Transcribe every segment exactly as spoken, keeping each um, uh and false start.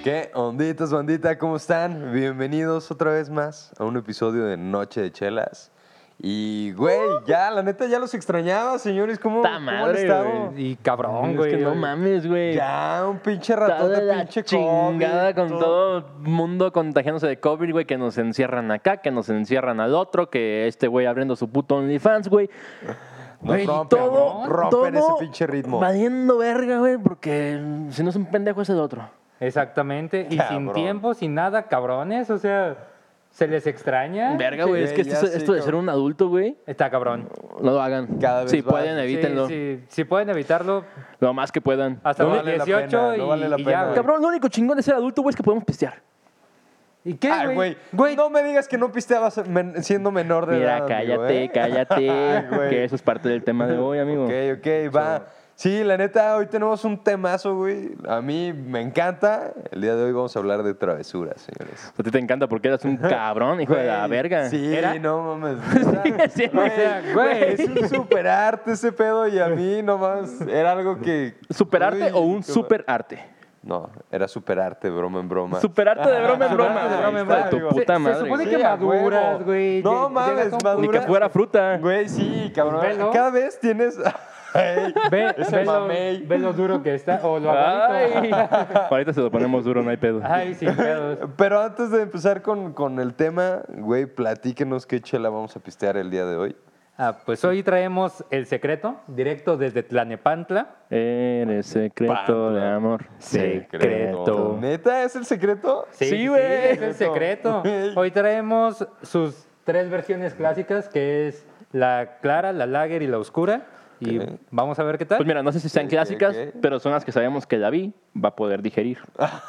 ¿Qué onditas, bandita? ¿Cómo están? Bienvenidos otra vez más a un episodio de Noche de Chelas. Y, güey, ya, la neta, ya los extrañaba, señores. ¿Cómo, ¡Ta ¿cómo han madre, estado? güey! Y cabrón, Es güey. que no mames, güey. Ya, un pinche ratón Toda de la pinche chingada COVID, con todo el mundo contagiándose de COVID, güey, que nos encierran acá, que nos encierran al otro, que este güey abriendo su puto OnlyFans, güey. No Güey, rompen, todo, ¿no? Rompen todo ese pinche ritmo. valiendo verga, güey, porque si no es un pendejo es el otro. Exactamente. Y Cabrón. sin tiempo, sin nada, cabrones. O sea, ¿se les extraña? Verga, güey, es que ya esto, sé, esto de ser cabrón. un adulto, güey, Está cabrón. no lo hagan. Cada vez si va- pueden, sí, evítenlo. Sí, sí, si pueden evitarlo, Lo más que puedan. hasta No los vale la dieciocho pena, y, no vale la y pena. ya, güey. Cabrón, lo único chingón de ser adulto, güey, es que podemos pistear. ¿Y qué, Ay, güey? güey, no me digas que no pisteabas men- siendo menor de Mira, edad, cállate, amigo, ¿eh? cállate, Ay, güey. que eso es parte del tema de hoy, amigo. Ok, ok, va. Sí, la neta, hoy tenemos un temazo, güey. A mí me encanta. El día de hoy vamos a hablar de travesuras, señores. A ti te encanta porque eras un cabrón, hijo de la Güey, verga. Sí, ¿Era? no mames. Sigue siendo, Güey, o sea, güey, güey. es un superarte ese pedo y a mí nomás era algo que... ¿Superarte Uy, o un qué- superarte? No, era superarte, broma en broma. Superarte de broma en broma. Superarte de broma en Hijo de broma. tu Se- puta se madre. supone güey. que a maduras, huevo. güey. No Llegas mames, a un punto- Ni que maduras. fuera fruta. Güey, sí, cabrón. Velo. Cada vez tienes... Ay, Ve, ese ve, lo, mamey. ve lo duro que está. O lo Ay. aguadito. Ahorita se lo ponemos duro, no hay pedo. Ay, sin pedos. Pero antes de empezar con, con el tema, güey, platíquenos qué chela vamos a pistear el día de hoy. Ah, pues hoy traemos El Secreto, directo desde Tlanepantla. Eres secreto Pantla. de amor. Secreto. ¿Neta es el secreto? Sí, güey. es el secreto. Hoy traemos sus tres versiones clásicas, que es la clara, la lager y la oscura. Y Ok. vamos a ver qué tal. Pues mira, no sé si sean Ok, clásicas, ok. pero son las que sabemos que David va a poder digerir.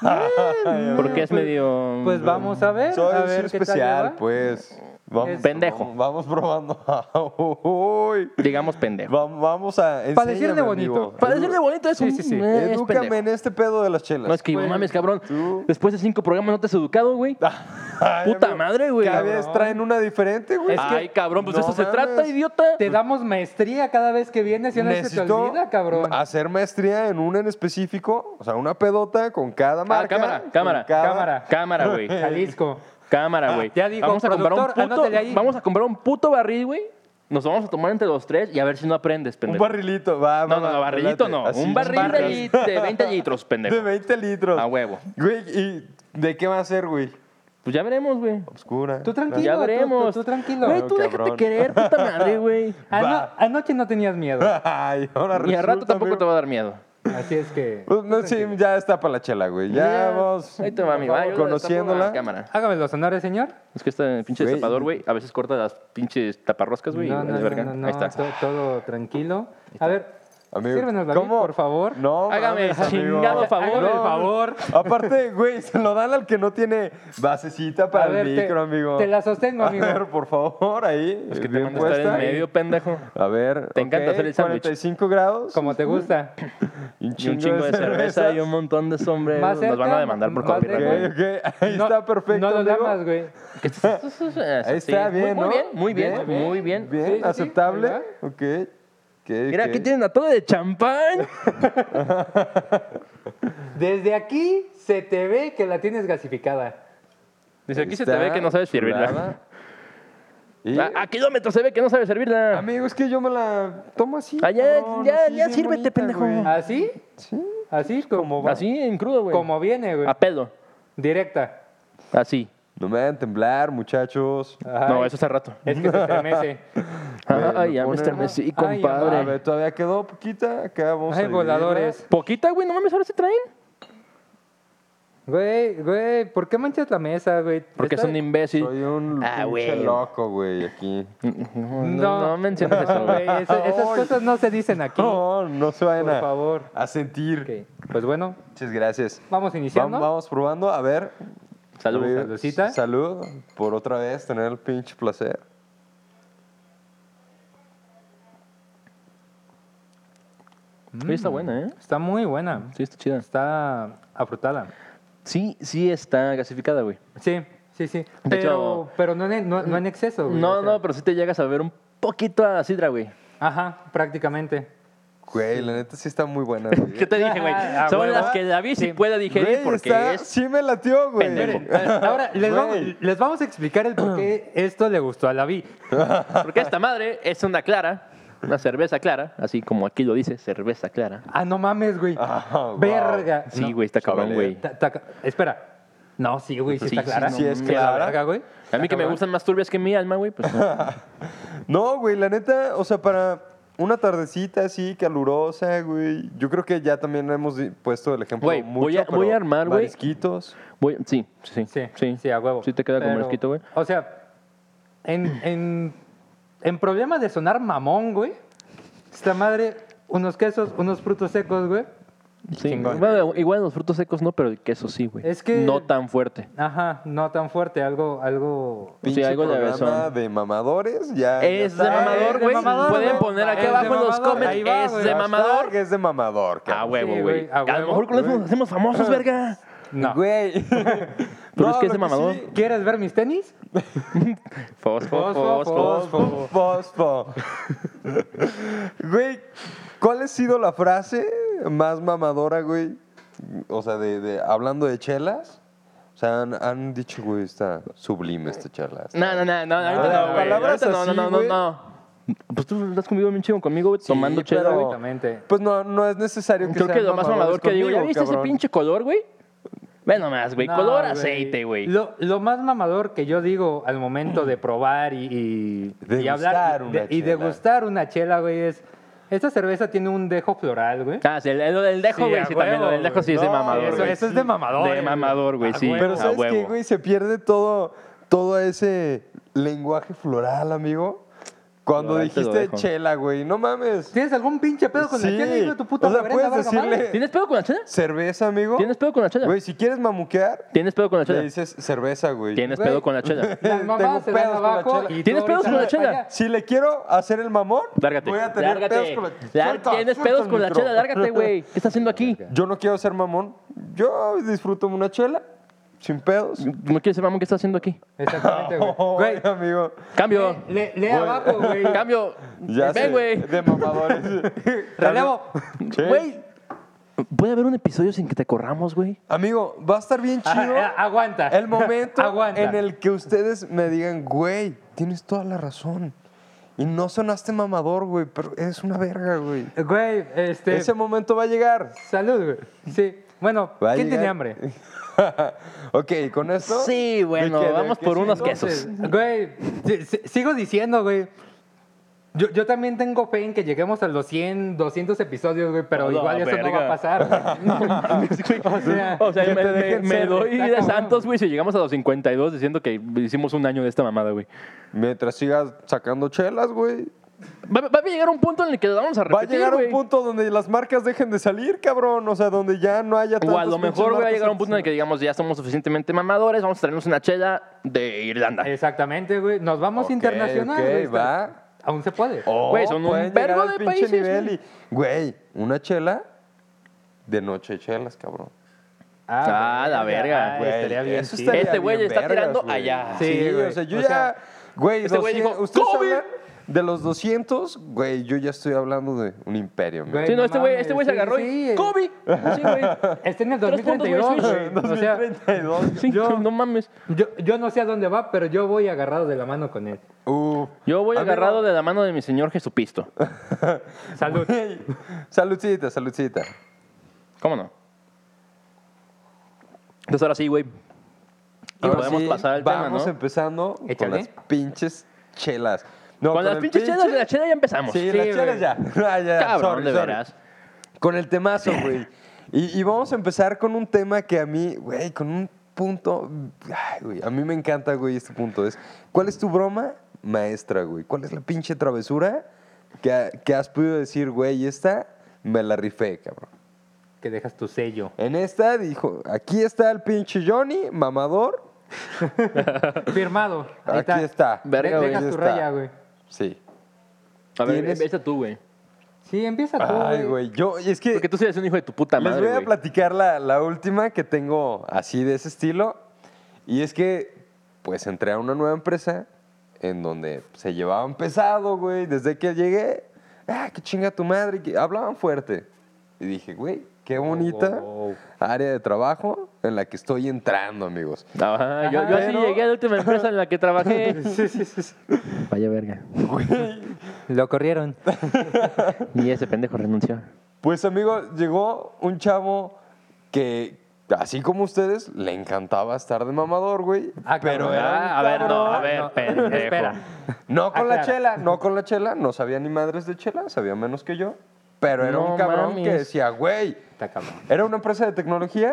Porque es pues- medio... Pues vamos a ver. Soy, a soy ver qué tal especial, le va. pues. Vamos, Es- Pendejo. Vamos, vamos probando. Uy. digamos pendejo. Vamos, vamos a... Para decirle enséñame, bonito. amigo. Para decirle bonito es Sí, un... sí, sí. eh, es Edúcame pendejo. en este pedo de las chelas. No, es que no Pues, mames, cabrón. tú- Después de cinco programas no te has educado, güey. Ay, Puta amigo, madre, güey. Cada vez Cabrón. traen una diferente, güey. Es que- Ay, cabrón, pues de No eso se mames. trata, idiota. Te damos maestría cada vez que vienes y no se te Necesito olvida, cabrón. hacer maestría en una en específico, o sea, una pedota con cada Ah, marca. cámara, con cámara, cada- cámara. Cámara, güey. Jalisco. Cámara, güey. Ya dijo, vamos a comprar un productor, puto, anótale ahí. vamos a comprar un puto barril, güey. Nos vamos a tomar entre los tres y a ver si no aprendes, Un pendejo. barrilito, va, No, va, no, va, no, barrilito late, no. así, un barril de, barril. lit- de veinte litros, de pendejo. veinte litros. A huevo. Güey, ¿y de qué va a ser, güey? Pues ya veremos, güey. Obscura. Tú tranquilo. Ya tú- veremos. Tú, tú tranquilo. Güey, tú Cabrón. déjate querer, puta madre, güey. Ano- Va. anoche no tenías miedo. Ay, ahora Y al rato resulta, tampoco amigo. te va a dar miedo. Así es que. Pues, no, sí, ya está para la chela, güey. Ya vamos. Ahí te va, amigo. Por Ay, favor, yo conociéndola. la cámara. Hágame los honores, señor. Es que este pinche Güey. destapador, güey, a veces corta las pinches taparroscas, güey. y No, vale no, no, verga. no, no, Ahí está. to- todo tranquilo. A ver, Amigo, sírvenos, David, ¿cómo? por favor. No, Hágame mames, el amigo. chingado favor. Hágame el No. favor. Aparte, güey, se lo dan al que no tiene basecita para A ver, el te- micro, amigo. te la sostengo, amigo. A ver, por favor, ahí. Es que te bien mando a estar en puesta. medio, pendejo. A ver, Te encanta ok, hacer el sándwich. cuarenta y cinco grados. Como te gusta. Y un Y un chingo de cerveza y un montón de sombreros. Más Nos van cerca, a demandar por más copyright. lejos. güey. Ok, ok, ahí No- está perfecto. No lo amigo. llamas, güey. Ahí Sí, está, muy- bien, muy ¿no? bien, muy bien, muy bien. Bien, Sí, sí, sí, aceptable. ahí Ok. ok, Mira, ok. aquí tienen a todo de champán. Desde aquí se te ve que la tienes gasificada. Dice, aquí se te Está ve que no sabes servirla. chulada. Y, A, a kilómetros se ve que no sabes servirla. amigo, es que yo me la tomo así. Ah, ya, cabrón, ya, así, ya bien sírvete, bonita, pendejo. güey. ¿Así? Sí. Así como va. Así en crudo, güey. Como viene, güey. A pedo. Directa. Así. No me hagan temblar, muchachos. Ay, No, eso hace rato. Es que se estremece. me Ay, ya me ponen- estremecí, Ay, compadre. A ver, todavía quedó poquita. Acá vamos a Ay, dividirla. voladores. Poquita, güey, no mames, ahora se traen. Güey, güey, ¿por qué manchas la mesa, güey? Porque es Está- un imbécil. Soy un Ah, pinche güey. loco, güey, aquí. No, no, no menciones eso, güey. güey. esa- esas Ay. cosas no se dicen aquí. No, no se vayan Por a, favor. a sentir. Ok, pues bueno, Muchas gracias. vamos iniciando. Vam- Vamos probando, a ver. Salud. Abrir- Saludcita. Salud, por otra vez tener el pinche placer. Oye, está buena, ¿eh? Está muy buena. Sí, está chida. Está afrutada. Sí, sí está gasificada, güey. Sí, sí, sí. De Pero, hecho- pero no, en, no, no en exceso, güey. No, o sea. no, pero sí te llegas a ver un poquito a sidra, güey. Ajá, prácticamente. Güey, la neta sí está muy buena, güey. ¿Qué te dije, güey? Ah, Son huevo. las que David sí Sí. puede digerir Güey, porque está- es... Sí me latió, güey. pendejo. Miren, ahora les vamos, Güey. les vamos a explicar el por qué esto le gustó a la Vi. Porque esta madre es una clara, una cerveza clara, así como aquí lo dice, cerveza clara. Ah, no mames, güey. Ah, wow. Verga. Sí, No, güey, está cabrón, Chavale. güey. ta- ta- Espera. No, sí, güey, sí, Sí, está sí, clara. no, Sí es Que la clara. verga, güey. A mí que me gustan más turbias que mi alma, güey, pues... No, güey, la neta, o sea, para una tardecita así calurosa, güey. Yo creo que ya también hemos di- puesto el ejemplo Güey, mucho, voy a- voy pero a armar, güey. marisquitos. Voy, sí, sí, Sí, sí, sí, a huevo. Sí te queda como Pero, fresquito, güey. O sea, en, en, en problema de sonar mamón, güey, esta madre, unos quesos, unos frutos secos, güey. Sí. Chingón. Bueno, igual los frutos secos no, pero el queso sí, güey. Es que- No tan fuerte. Ajá, no tan fuerte, algo, algo... Pinche algo de programa besón. de mamadores, ya. Es ya de está. mamador, es de güey. mamador, Pueden güey. poner aquí Es de abajo en los mamador, comments. ahí va, Es güey. de Hashtag mamador. Es de mamador, A cabrón. huevo, Sí, güey. güey, a A lo huevo. mejor con eso Güey. nos hacemos famosos, verga. No. Güey. Pero es que es de lo mamador. sí- ¿Quieres ver mis tenis? Fosfo, Fosfo, fosfo. Fosfo. Fosfo. Güey, ¿cuál ha sido la frase más mamadora, güey? O sea, de, de- hablando de chelas. O sea, han, han dicho, güey, está sublime esta chela. está- No, no, no, no, ahorita Ah, no, güey. palabras Ahorita no, no, así, no, no, güey. no. Pues tú estás conmigo bien chido conmigo, güey, Sí, tomando chela, pero- güey. Exactamente. Pues no, no es necesario que Creo que sean lo más mamadores mamador que digo, ¿ya conmigo, viste ese cabrón. pinche color, güey? Ve nomás, güey, No, color güey. aceite, güey. Lo, lo más mamador que yo digo al momento de probar y, y, Degustar y hablar una de- y chela. degustar una chela, güey, es... Esta cerveza tiene un dejo floral, güey. Ah, sí, el, el, el dejo, Sí, güey, a sí, también, lo del huevo, dejo sí es de güey. No, mamador, eso, güey. eso es de mamador. De mamador, güey, sí. Pero a ¿sabes qué, huevo. güey? Se pierde todo, todo ese lenguaje floral, amigo. Cuando Floral te lo dijiste dejo. chela, güey. No mames. ¿Tienes algún pinche pedo con Sí. la chela, hijo de tu puta O sea, reverenda puedes verga decirle- madre? ¿Tienes pedo con la chela? ¿Cerveza, amigo? ¿Tienes pedo con la chela? Güey, si quieres mamuquear, ¿Tienes pedo con la le chela? dices cerveza, güey. ¿Tienes Güey. pedo con la chela? Las Tengo mamás se dan pedos con la abajo chela. y tú ¿Tienes pedos ahorita con la vas para chela? allá. Si le quiero hacer el mamón, Lárgate, voy a tener lárgate. pedos con la Lár- Suelta, ¿Tienes suelta pedos el con la micro. chela? Lárgate, güey. ¿Qué estás haciendo aquí? Yo no quiero ser mamón. Yo disfruto una chela, sin pedos. ¿No quieres ser mamón? ¿Qué estás haciendo aquí? Exactamente, güey. Oh, Güey, amigo. Cambio. lee, lee abajo, güey. Cambio. Ya sé, Ven, güey. de mamadores. Relevo. Sí. Güey. ¿Puede haber un episodio sin que te corramos, güey? Amigo, va a estar bien chido Ajá, aguanta. el momento Aguanta. en el que ustedes me digan, güey, tienes toda la razón. Y no sonaste mamador, güey, pero eres una verga, güey. Güey, este... Ese momento va a llegar. Salud, güey. Sí. Bueno, Va a ¿quién llegar. tiene hambre? Ok, con esto. Sí, bueno, ¿De qué? ¿De vamos por quesito? unos quesos. Entonces, güey, si- si- sigo diciendo, güey. Yo, yo también tengo fe en que lleguemos a los cien, doscientos episodios, güey, pero No, igual eso no verga. va a pasar. güey. O sea, O sea, me, que te me- dejen me ser, doy está de cabrón. santos, güey, si llegamos a los cincuenta y dos diciendo que hicimos un año de esta mamada, güey. Mientras sigas sacando chelas, güey. Va, va a llegar un punto en el que lo vamos a Va a repetir, llegar un güey. punto donde las marcas dejen de salir, cabrón. O sea, donde ya no haya tantas O a lo pinches mejor, güey, va a marcas llegar un punto en el que digamos, ya somos suficientemente mamadores, vamos a traernos una chela de Irlanda. Exactamente, güey. Nos vamos Ok, internacional. ok, güey. va. Aún se puede. Oh, Güey, son un pueden vergo llegar al de pinche países, nivel güey. y, güey, una chela de noche de chelas, cabrón. Ah, la verga. Ah, Güey, estaría bien. eso sí. estaría Este güey bien está vergas, tirando güey. allá. Sí, Sí, güey. o sea, yo O ya, sea, güey, este güey doscientos dijo, ustedes "COVID". hablan de los doscientos, güey, yo ya estoy hablando de un imperio, man. Güey, Sí, no, no este güey mames, este güey se sí, agarró sí, y eh. ¡Kobe! Sí, güey. Está en el Tres puntos, güey, dos mil treinta y dos, Switch. güey. O sea, dos mil treinta y dos. Sí, Yo- no mames. yo, yo no sé a dónde va, pero yo voy agarrado de la mano con él. Uh, Yo voy amigo, agarrado de la mano de mi señor Jesucristo. Salud. güey, saludcita, saludcita. ¿Cómo no? Entonces ahora sí, güey. Y Ahora podemos sí, pasar al tema, vamos ¿no? empezando con Échale. las pinches chelas. No, Con las el pinches chelas pinche- de la chela ya empezamos. Sí, Sí, las güey. chelas ya. Ah, ya, Cabrón, sorry, de sorry. veras. Con el temazo, güey. Y, y vamos a empezar con un tema que a mí, güey, con un punto. Ay, güey, a mí me encanta, güey, este punto. Es, ¿cuál es tu broma maestra, güey? ¿Cuál es la pinche travesura que, ha- que has podido decir, güey, esta me la rifé, cabrón? Que dejas tu sello. En esta dijo, aquí está el pinche Johnny, mamador. Firmado. Ahí Aquí está. Verga, De- güey. dejas Ahí tu está. raya, güey. Sí. A ver, ¿Tienes? empieza tú, güey. Sí, empieza tú, Ay, güey, yo, y es que... Porque tú sí eres un hijo de tu puta Les madre, voy a güey. platicar la, la última que tengo así de ese estilo. Y es que, pues, entré a una nueva empresa en donde se llevaban pesado, güey. Desde que llegué, ah, qué chinga tu madre. Que hablaban fuerte. Y dije, güey, qué bonita Oh, oh, área de trabajo en la que estoy entrando, amigos. Ajá, yo, yo así Pero- llegué a la última empresa en la que trabajé. sí, sí, sí, sí. Vaya verga. Lo corrieron. Y ese pendejo renunció. Pues, amigo, llegó un chavo que, así como ustedes, le encantaba estar de mamador, güey. Ah, pero cabrón. era un Ah, a ver, no, cabrón. a ver, No, pendejo. espera. No con la Aclara. chela, no con la chela, no sabía ni madres de chela, sabía menos que yo. Pero era No un cabrón mames. que decía, güey, Está cabrón. era una empresa de tecnología,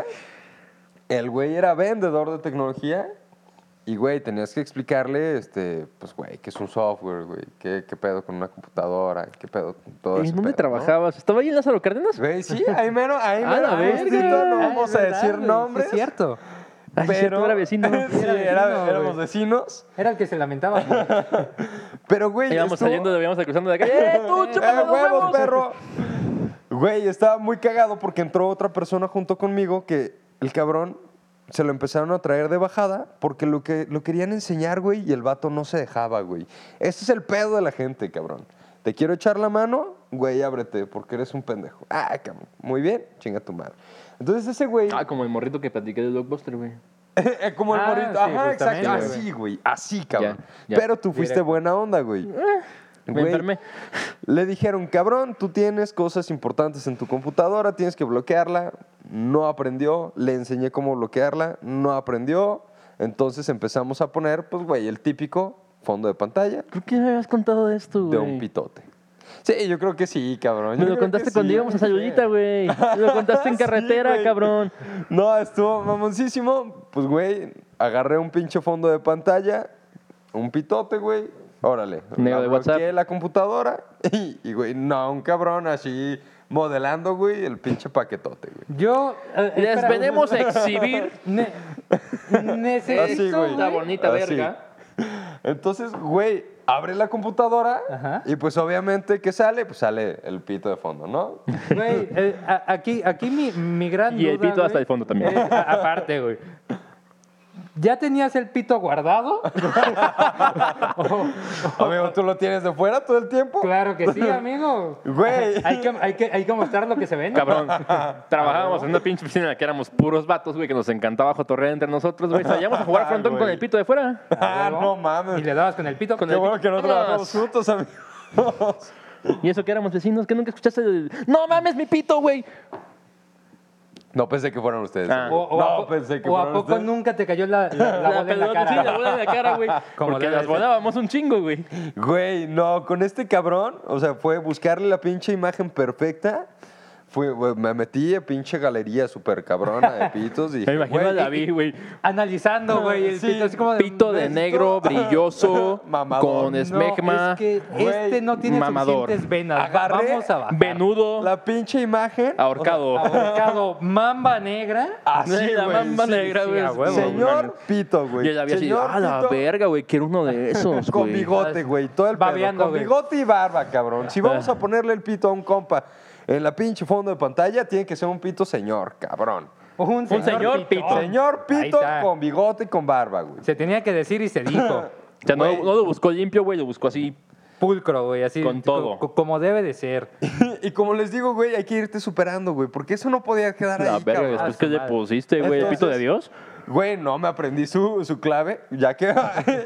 el güey era vendedor de tecnología y, güey, tenías que explicarle, este, pues, güey, qué es un software, güey, qué, qué pedo con una computadora, qué pedo con todo ¿Y ese dónde pedo, ¿no? trabajabas? ¿Estaba ahí en Lázaro Cárdenas? Güey, sí, ahí menos, ahí A menos, la verga. justito, no Ah, vamos es a verdad, decir güey, nombres. Sí, es cierto. Ah, sí, cierto, Pero era vecino. sí, Era era- vecino, éramos güey. vecinos. Era el que se lamentaba. güey. Pero, güey, Íbamos estuvo- saliendo, íbamos cruzando de la calle. ¡Eh, tú, ¡Eh, chúpame los huevos, huevos! perro! Güey, estaba muy cagado porque entró otra persona junto conmigo que el cabrón se lo empezaron a traer de bajada porque lo, que, lo querían enseñar, güey, y el vato no se dejaba, güey. Ese es el pedo de la gente, cabrón. Te quiero echar la mano, güey, ábrete, porque eres un pendejo. Ah, cabrón. Muy bien, chinga tu madre. Entonces ese güey... Ah, como el morrito que platiqué del Blockbuster, güey. como el Ah, morrito. sí, Ajá, justamente, exacto. güey. Así, güey. Así, cabrón. Ya, ya. Pero tú fuiste Directo. buena onda, güey. Me Güey, enfermé. le dijeron, cabrón, tú tienes cosas importantes en tu computadora, tienes que bloquearla. No aprendió, le enseñé cómo bloquearla, no aprendió. Entonces empezamos a poner, pues, güey, el típico fondo de pantalla ¿Por qué me habías contado esto, de güey? un pitote. Sí, yo creo que sí, cabrón. Me Yo lo creo contaste que cuando sí. íbamos a Sayulita, güey. Me lo contaste en Sí, carretera, güey. cabrón. No, estuvo mamoncísimo. Pues, güey, agarré un pinche fondo de pantalla, un pitote, güey. Órale. Negro la de WhatsApp. bloqueé la computadora y, y, güey, no, un cabrón así modelando, güey, el pinche paquetote, güey. Yo. eh, Les espera, venimos a güey. exhibir Ne- necesito, Así, güey. esta güey. bonita Así. verga. Entonces, güey, abre la computadora Ajá. y pues obviamente, ¿qué sale? Pues sale el pito de fondo, ¿no? Güey, eh, a- aquí, aquí mi, mi gran Y el duda, pito hasta güey, el fondo también. es, a- aparte, güey. ¿Ya tenías el pito guardado? Amigo, ¿tú lo tienes de fuera todo el tiempo? Claro que sí, amigo. Güey. Hay que, hay que, hay que mostrar lo que se vende. Cabrón, trabajábamos en una pinche piscina en la que éramos puros vatos, güey, que nos encantaba jotorrear entre nosotros, güey. Salíamos a jugar Ah, frontón güey. con el pito de fuera. Ah, huevo. no mames. Y le dabas con el pito. Con Qué el bueno que no Vámonos. trabajamos juntos, amigos. Y eso que éramos vecinos, que nunca escuchaste el... ¡No mames, mi pito, güey! No pensé que fueran ustedes. Ah. amigo. O, o a no po- pensé que o a fueran poco ustedes. nunca te cayó la, la, la bola en la pelota, cara. sí, la bola en la cara, güey. Como Porque debe las ser. volábamos un chingo, güey. Güey, no, con este cabrón, o sea, fue buscarle la pinche imagen perfecta. Fue, güey, me metí a pinche galería súper cabrona de pitos y Me dije, imagino a güey, David, güey. Analizando, güey, el Sí, pito. Así como de, Pito de ¿Esto? negro, brilloso, Mamador. con No, esmegma, No, es que Güey, este no tiene mamador. suficientes venas. Va- Agarré Vamos a bajar. venudo, la pinche imagen. ahorcado. Ahorcado, mamba negra. Así, la güey, mamba sí, negra, sí, güey. a huevo. Señor Pito, güey. Y él había así, Señor ah, la Pito verga, güey, quiero uno de esos, Con güey. bigote, güey, todo el pedo. Babeando, Con güey. bigote y barba, cabrón. Si vamos a ponerle el pito a un compa en la pinche fondo de pantalla, tiene que ser un pito señor, cabrón. Un señor, señor pito. Señor Ahí Pito está. con bigote y con barba, güey. Se tenía que decir y se dijo. O sea, no, Güey. no lo buscó limpio, güey, lo buscó así. Pulcro, güey, así. Con todo. co- como debe de ser. Y como les digo, güey, hay que irte superando, güey, porque eso no podía quedar La ahí, verga, cabrón. después su que le madre. pusiste, güey, el pito de Entonces- Dios. Güey, no me aprendí su, su clave, ya que,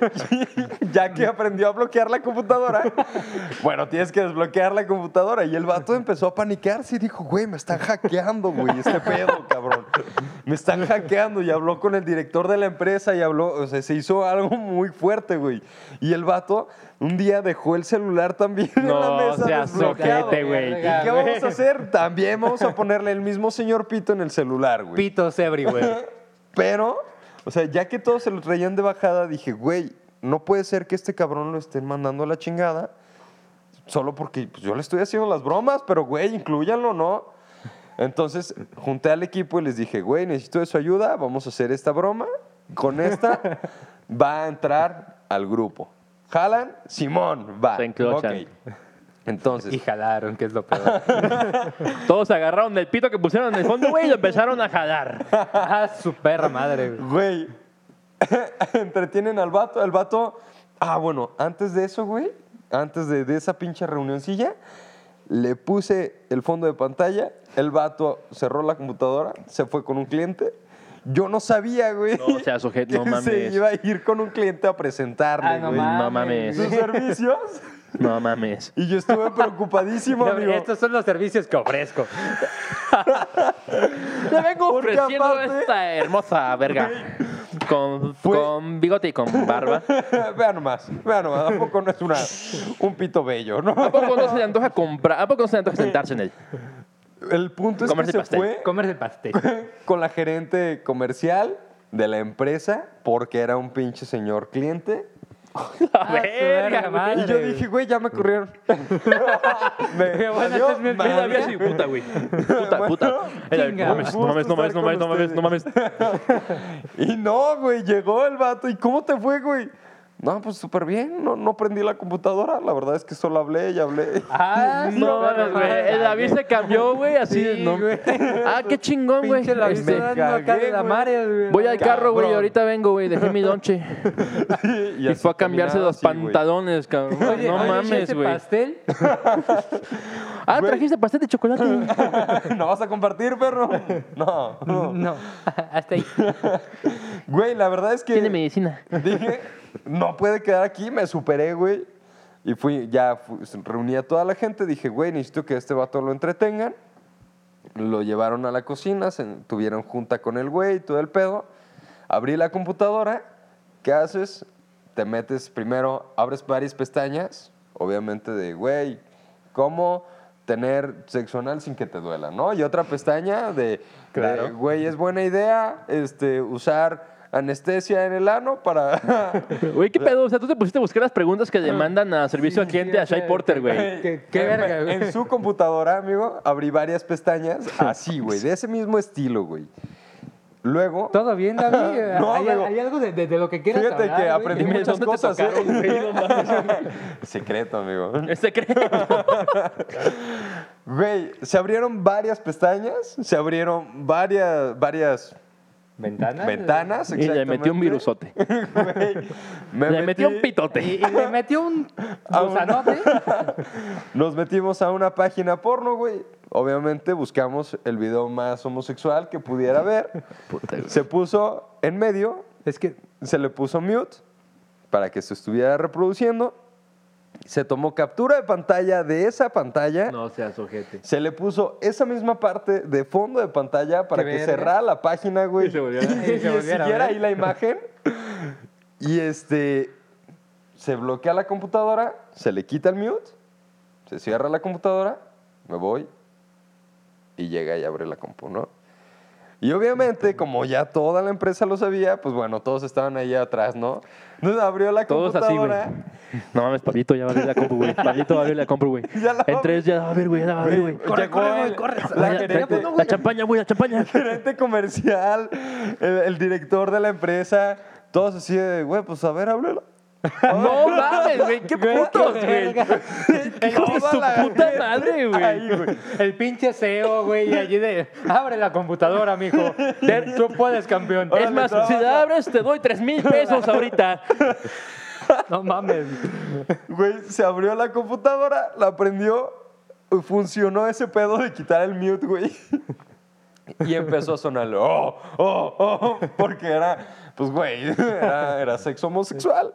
ya que aprendió a bloquear la computadora. Bueno, tienes que desbloquear la computadora. Y el vato empezó a paniquearse y dijo, güey, me están hackeando, güey, este pedo, cabrón. Me están hackeando. Y habló con el director de la empresa y habló, o sea, se hizo algo muy fuerte, güey. Y el vato un día dejó el celular también en la No mesa seas desbloqueado. ojete, güey. ¿Y qué vamos a hacer? También vamos a ponerle el mismo señor Pito en el celular, güey. Pito sebri, güey. Pero, o sea, ya que todos se lo traían de bajada, dije, güey, no puede ser que este cabrón lo estén mandando a la chingada solo porque pues, yo le estoy haciendo las bromas, pero, güey, incluyanlo, ¿no? Entonces, junté al equipo y les dije, güey, necesito de su ayuda, vamos a hacer esta broma. Con esta va a entrar al grupo. ¿Jalan? Simón, va. Se enclochan. Ok. Entonces, Y jalaron, que es lo peor. Todos agarraron el pito que pusieron en el fondo, güey, y lo empezaron a jalar. Ah, su perra madre, güey. güey, entretienen al vato. El vato, ah, bueno, antes de eso, güey, antes de, de esa pinche reunioncilla, Le puse el fondo de pantalla, el vato cerró la computadora, se fue con un cliente. Yo no sabía, güey. No seas ojete, no que mames. se iba a ir con un cliente a presentarle, Ah, no güey, mames. No mames. sus servicios. No mames. Y yo estuve preocupadísimo, No, amigo. estos son los servicios que ofrezco. Le vengo Porque ofreciendo aparte- esta hermosa verga. Con, Fue- con bigote y con barba. Vean nomás, vean nomás. ¿A poco no es una, un pito bello, no? ¿A poco no se le antoja comprar? ¿A poco no se le antoja sentarse en él? El punto es Comerse que se pastel. fue Comerse el pastel. con la gerente comercial de la empresa porque era un pinche señor cliente. La Ah, verga, su güey. madre. Y yo dije, güey, ya me corrieron. me Qué bueno, valió este es mi madre. Todavía sí, puta, güey. Puta, puta. Era, Chinga. No mames, no mames, no mames, no mames, no mames, no mames. Y no, güey, llegó el vato. ¿Y cómo te fue, güey? No, pues súper bien. No, no prendí la computadora. La verdad es que solo hablé y hablé. Ah, sí, No bueno, mames, güey. madre. El David se cambió, güey, así. Sí, no. güey. Ah, qué chingón, güey. Pinche la Me vista dando acá cagué, de la güey. madre, güey. Voy al carro, güey, Cabrón. ahorita vengo, güey. Dejé mi lonche. y Y así fue a cambiarse caminaba los así, güey. pantalones, cabrón. Oye, No oye, ¿y mames, ese güey. pastel? Ah, Güey. trajiste pastel de chocolate. ¿No vas a compartir, perro? No, no. No, hasta ahí. Güey, la verdad es que Tiene medicina. dije, no puede quedar aquí. Me superé, güey. Y fui, ya fui- reuní a toda la gente. Dije, güey, necesito que este vato lo entretengan. Lo llevaron a la cocina, se tuvieron junta con el güey, todo el pedo. Abrí la computadora. ¿Qué haces? Te metes primero, abres varias pestañas, obviamente de, güey, ¿cómo tener sexo anal sin que te duela, no? Y otra pestaña de, Claro. de, güey, es buena idea este, usar anestesia en el ano para... Güey, ¿qué pedo? O sea, tú te pusiste a buscar las preguntas que demandan a servicio Sí, al cliente sí, a o sea, Shai Porter, güey. Qué- qué verga, güey. En su computadora, amigo, abrí varias pestañas así, güey, de ese mismo estilo, güey. Luego... ¿Todo bien, David? No, ¿Hay, amigo. hay algo de, de- de lo que quieras Fíjate hablar, que güey? aprendí Dime, muchas ¿dónde te cosas, tocaron, ¿eh? güey? No mames. Secreto, amigo. Es secreto. Güey, se abrieron varias pestañas, se abrieron varias, varias ¿Ventanas? ventanas. Y le metió un exactamente. virusote. Güey, me Le metió metí- un pitote. Y, y le metió un A una- gusanote. Nos metimos a una página porno, güey. Obviamente buscamos el video más homosexual que pudiera haber. Puta, güey. Se puso en medio, Es que se le puso mute para que se estuviera reproduciendo. Se tomó captura de pantalla de esa pantalla. No seas ojete. Se le puso esa misma parte de fondo de pantalla para Qué que verga. cerrara la página, güey. Y se volviera- Y y se volviera a siguiera ver. ahí la imagen. Y este... Se bloquea la computadora, se le quita el mute, se cierra la computadora, me voy y llega y abre la compu, ¿no? Y obviamente, como ya toda la empresa lo sabía, pues bueno, todos estaban ahí atrás, ¿no? Entonces abrió la Todos así, güey. computadora. No mames, Pablito ya va a abrir la compu, güey. Pablito va a abrir la compu, güey. Ya la va a En tres ya la va a abrir, güey. Ya la va a abrir, güey. Corre, Llegó corre, güey, el- corre. La La, gerente, la- la champaña, güey, la champaña. gerente comercial, el, el director de la empresa, todos así de, güey, pues a ver, háblalo. No mames, güey. Qué Güey, putos, qué güey. verga. Hijos de Toda su la puta gente madre, güey. ahí, güey. el pinche C E O, güey, y allí de... Abre la computadora, mijo. Te- Tú puedes, campeón. Es más, si la abres, te doy tres mil pesos ahorita. No mames. Güey, se abrió la computadora, la prendió, funcionó ese pedo de quitar el mute, güey. Y empezó a sonarle, oh, oh, oh, porque era, pues, güey, era, era sexo homosexual.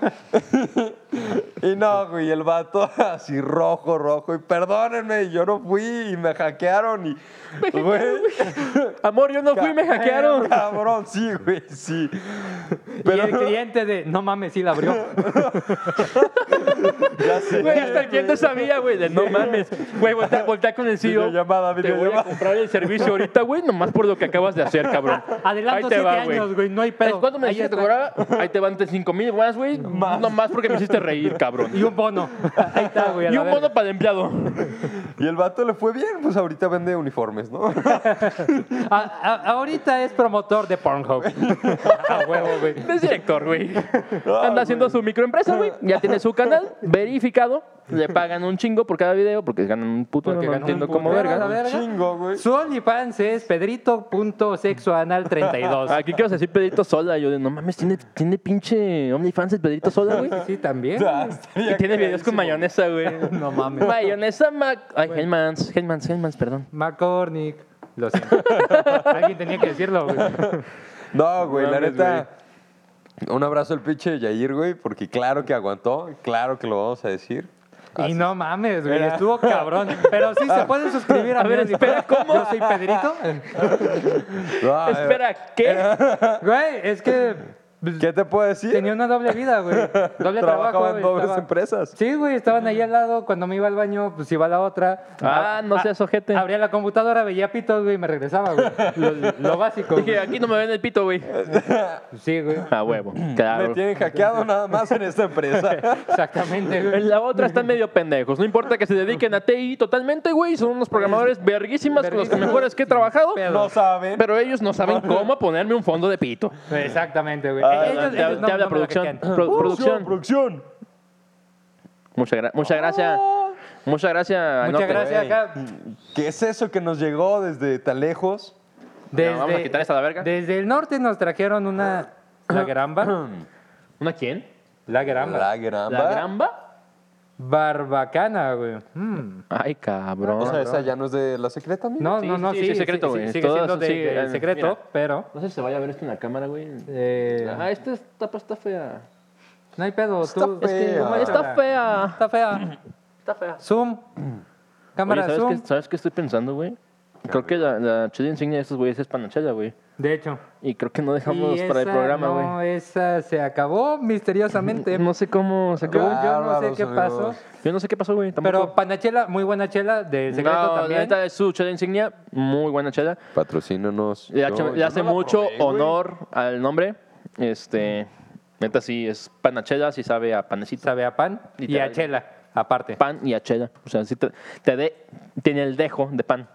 Y no, güey, el vato así rojo, rojo, y perdónenme, yo no fui, y me hackearon, y, güey, Amor, yo no fui, me hackearon. cabrón, sí, güey, sí. Y el cliente de... No mames, sí la abrió. Ya sé. Güey, hasta el cliente sabía, güey, de no mames. Güey, voltea, voltea con el C E O. Videollamada, Te voy a videollamada. comprar el servicio ahorita, güey, nomás por lo que acabas de hacer, cabrón. Adelanto Ahí te siete va, años, güey, no hay pedo. ¿Cuánto me Ahí dijiste que te está. cobraba? Ahí te van cinco mil más, güey. Nomás porque me hiciste reír, cabrón. Y un bono. Ahí está, güey. a Y la un verga. bono para el empleado. Y el vato le fue bien, pues ahorita vende uniformes, ¿no? A- a- ahorita es promotor de Pornhub. A huevo, güey. Es director, güey. Anda haciendo su microempresa, güey. Ya tiene su canal verificado. Le pagan un chingo por cada video porque ganan un puto. Porque No ganan entiendo un cómo putero, verga. la verga. Chingo, güey. Su OnlyFans es pedrito.sexoanal treinta y dos. Aquí quiero decir Pedrito Sola. Yo de, no mames, tiene, tiene pinche OnlyFans el Pedrito Sola, güey. Sí, también. Ah, güey. estaría Y tiene videos con cagadísimo. mayonesa, güey. No mames. Mayonesa Mac... Ay, Hellmans, Hellmans, Hellmans, perdón. McCormick. Lo siento. Alguien tenía que decirlo, güey. No, güey, No la mames, neta. Un abrazo al pinche Yair, güey, porque claro que aguantó, claro que lo vamos a decir. Y no mames, güey, Era- estuvo cabrón. Pero sí, se pueden suscribir a, A mi ver, OnlyFans. espera, ¿cómo? Yo soy Pedrito. No, Espera, ¿qué? Güey, es que pues, ¿Qué te puedo decir? tenía una doble vida, güey. Doble Trabajaba trabajo. en dobles estaba- empresas. Sí, güey, estaban ahí al lado. Cuando me iba al baño, pues iba a la otra. Ah, no seas ojete. Abría la computadora, veía pitos, güey, y me regresaba, güey. Lo, lo básico. Dije, güey. aquí no me ven el pito, güey. Sí, güey. A huevo, Me claro. tienen hackeado nada más en esta empresa. Exactamente, güey. En la otra están medio pendejos. No importa que se dediquen a T I totalmente, güey. Son unos programadores verguísimas, con los que Verguísimas. mejores que he trabajado. No saben. Pero ellos no saben cómo ponerme un fondo de pito. Exactamente, güey. Ah, Ellos- te, ellos no- te habla no me lo producción. hackean. Pro- producción. Producción. Muchas, gra- muchas gracias. Muchas gracias. Muchas Norte. gracias. Güey, acá. ¿Qué es eso que nos llegó desde tan lejos? Desde, vamos a quitar esta a la verga. Desde el norte nos trajeron una... La gramba. ¿Una quién? La gramba. La gramba. ¿La gramba? Barbacana, güey. Mm. Ay, cabrón. O sea, esa ya no es de la secreta, amigo. No, Sí, no, sí, no, sí, sí. sí, es secreto, sí, güey. sí, sigue Todo siendo eso de, sigue, de eh, secreto, mira. pero... No sé si se vaya a ver esto en la cámara, güey. eh, Ah, esta tapa está fea. no hay pedo. Está tú, fea. es que- Ah. Está fea. Está fea. Está fea. Zoom. Cámara Oye, ¿sabes zoom. qué, ¿sabes qué estoy pensando, güey? Creo que la, la chela insignia de estos güeyes es panachela, güey. De hecho. Y creo que no dejamos Y para el esa, programa, güey. no, esa se acabó misteriosamente. No sé cómo se Yo, acabó. yo no sé Bárbaros, qué amigos. pasó. Yo no sé qué pasó, güey. Tampoco. Pero panachela, muy buena chela, del secreto no, también. la neta es su chela insignia. Muy buena chela. Patrocínanos. Le, Yo- hace- le yo hace no la mucho probé, güey. honor al nombre. Este. Neta, sí, es panachela, sí sabe a panecito. Sabe a pan y Literal. a chela, aparte. Pan y a chela. O sea, sí te, te de, tiene el dejo de pan.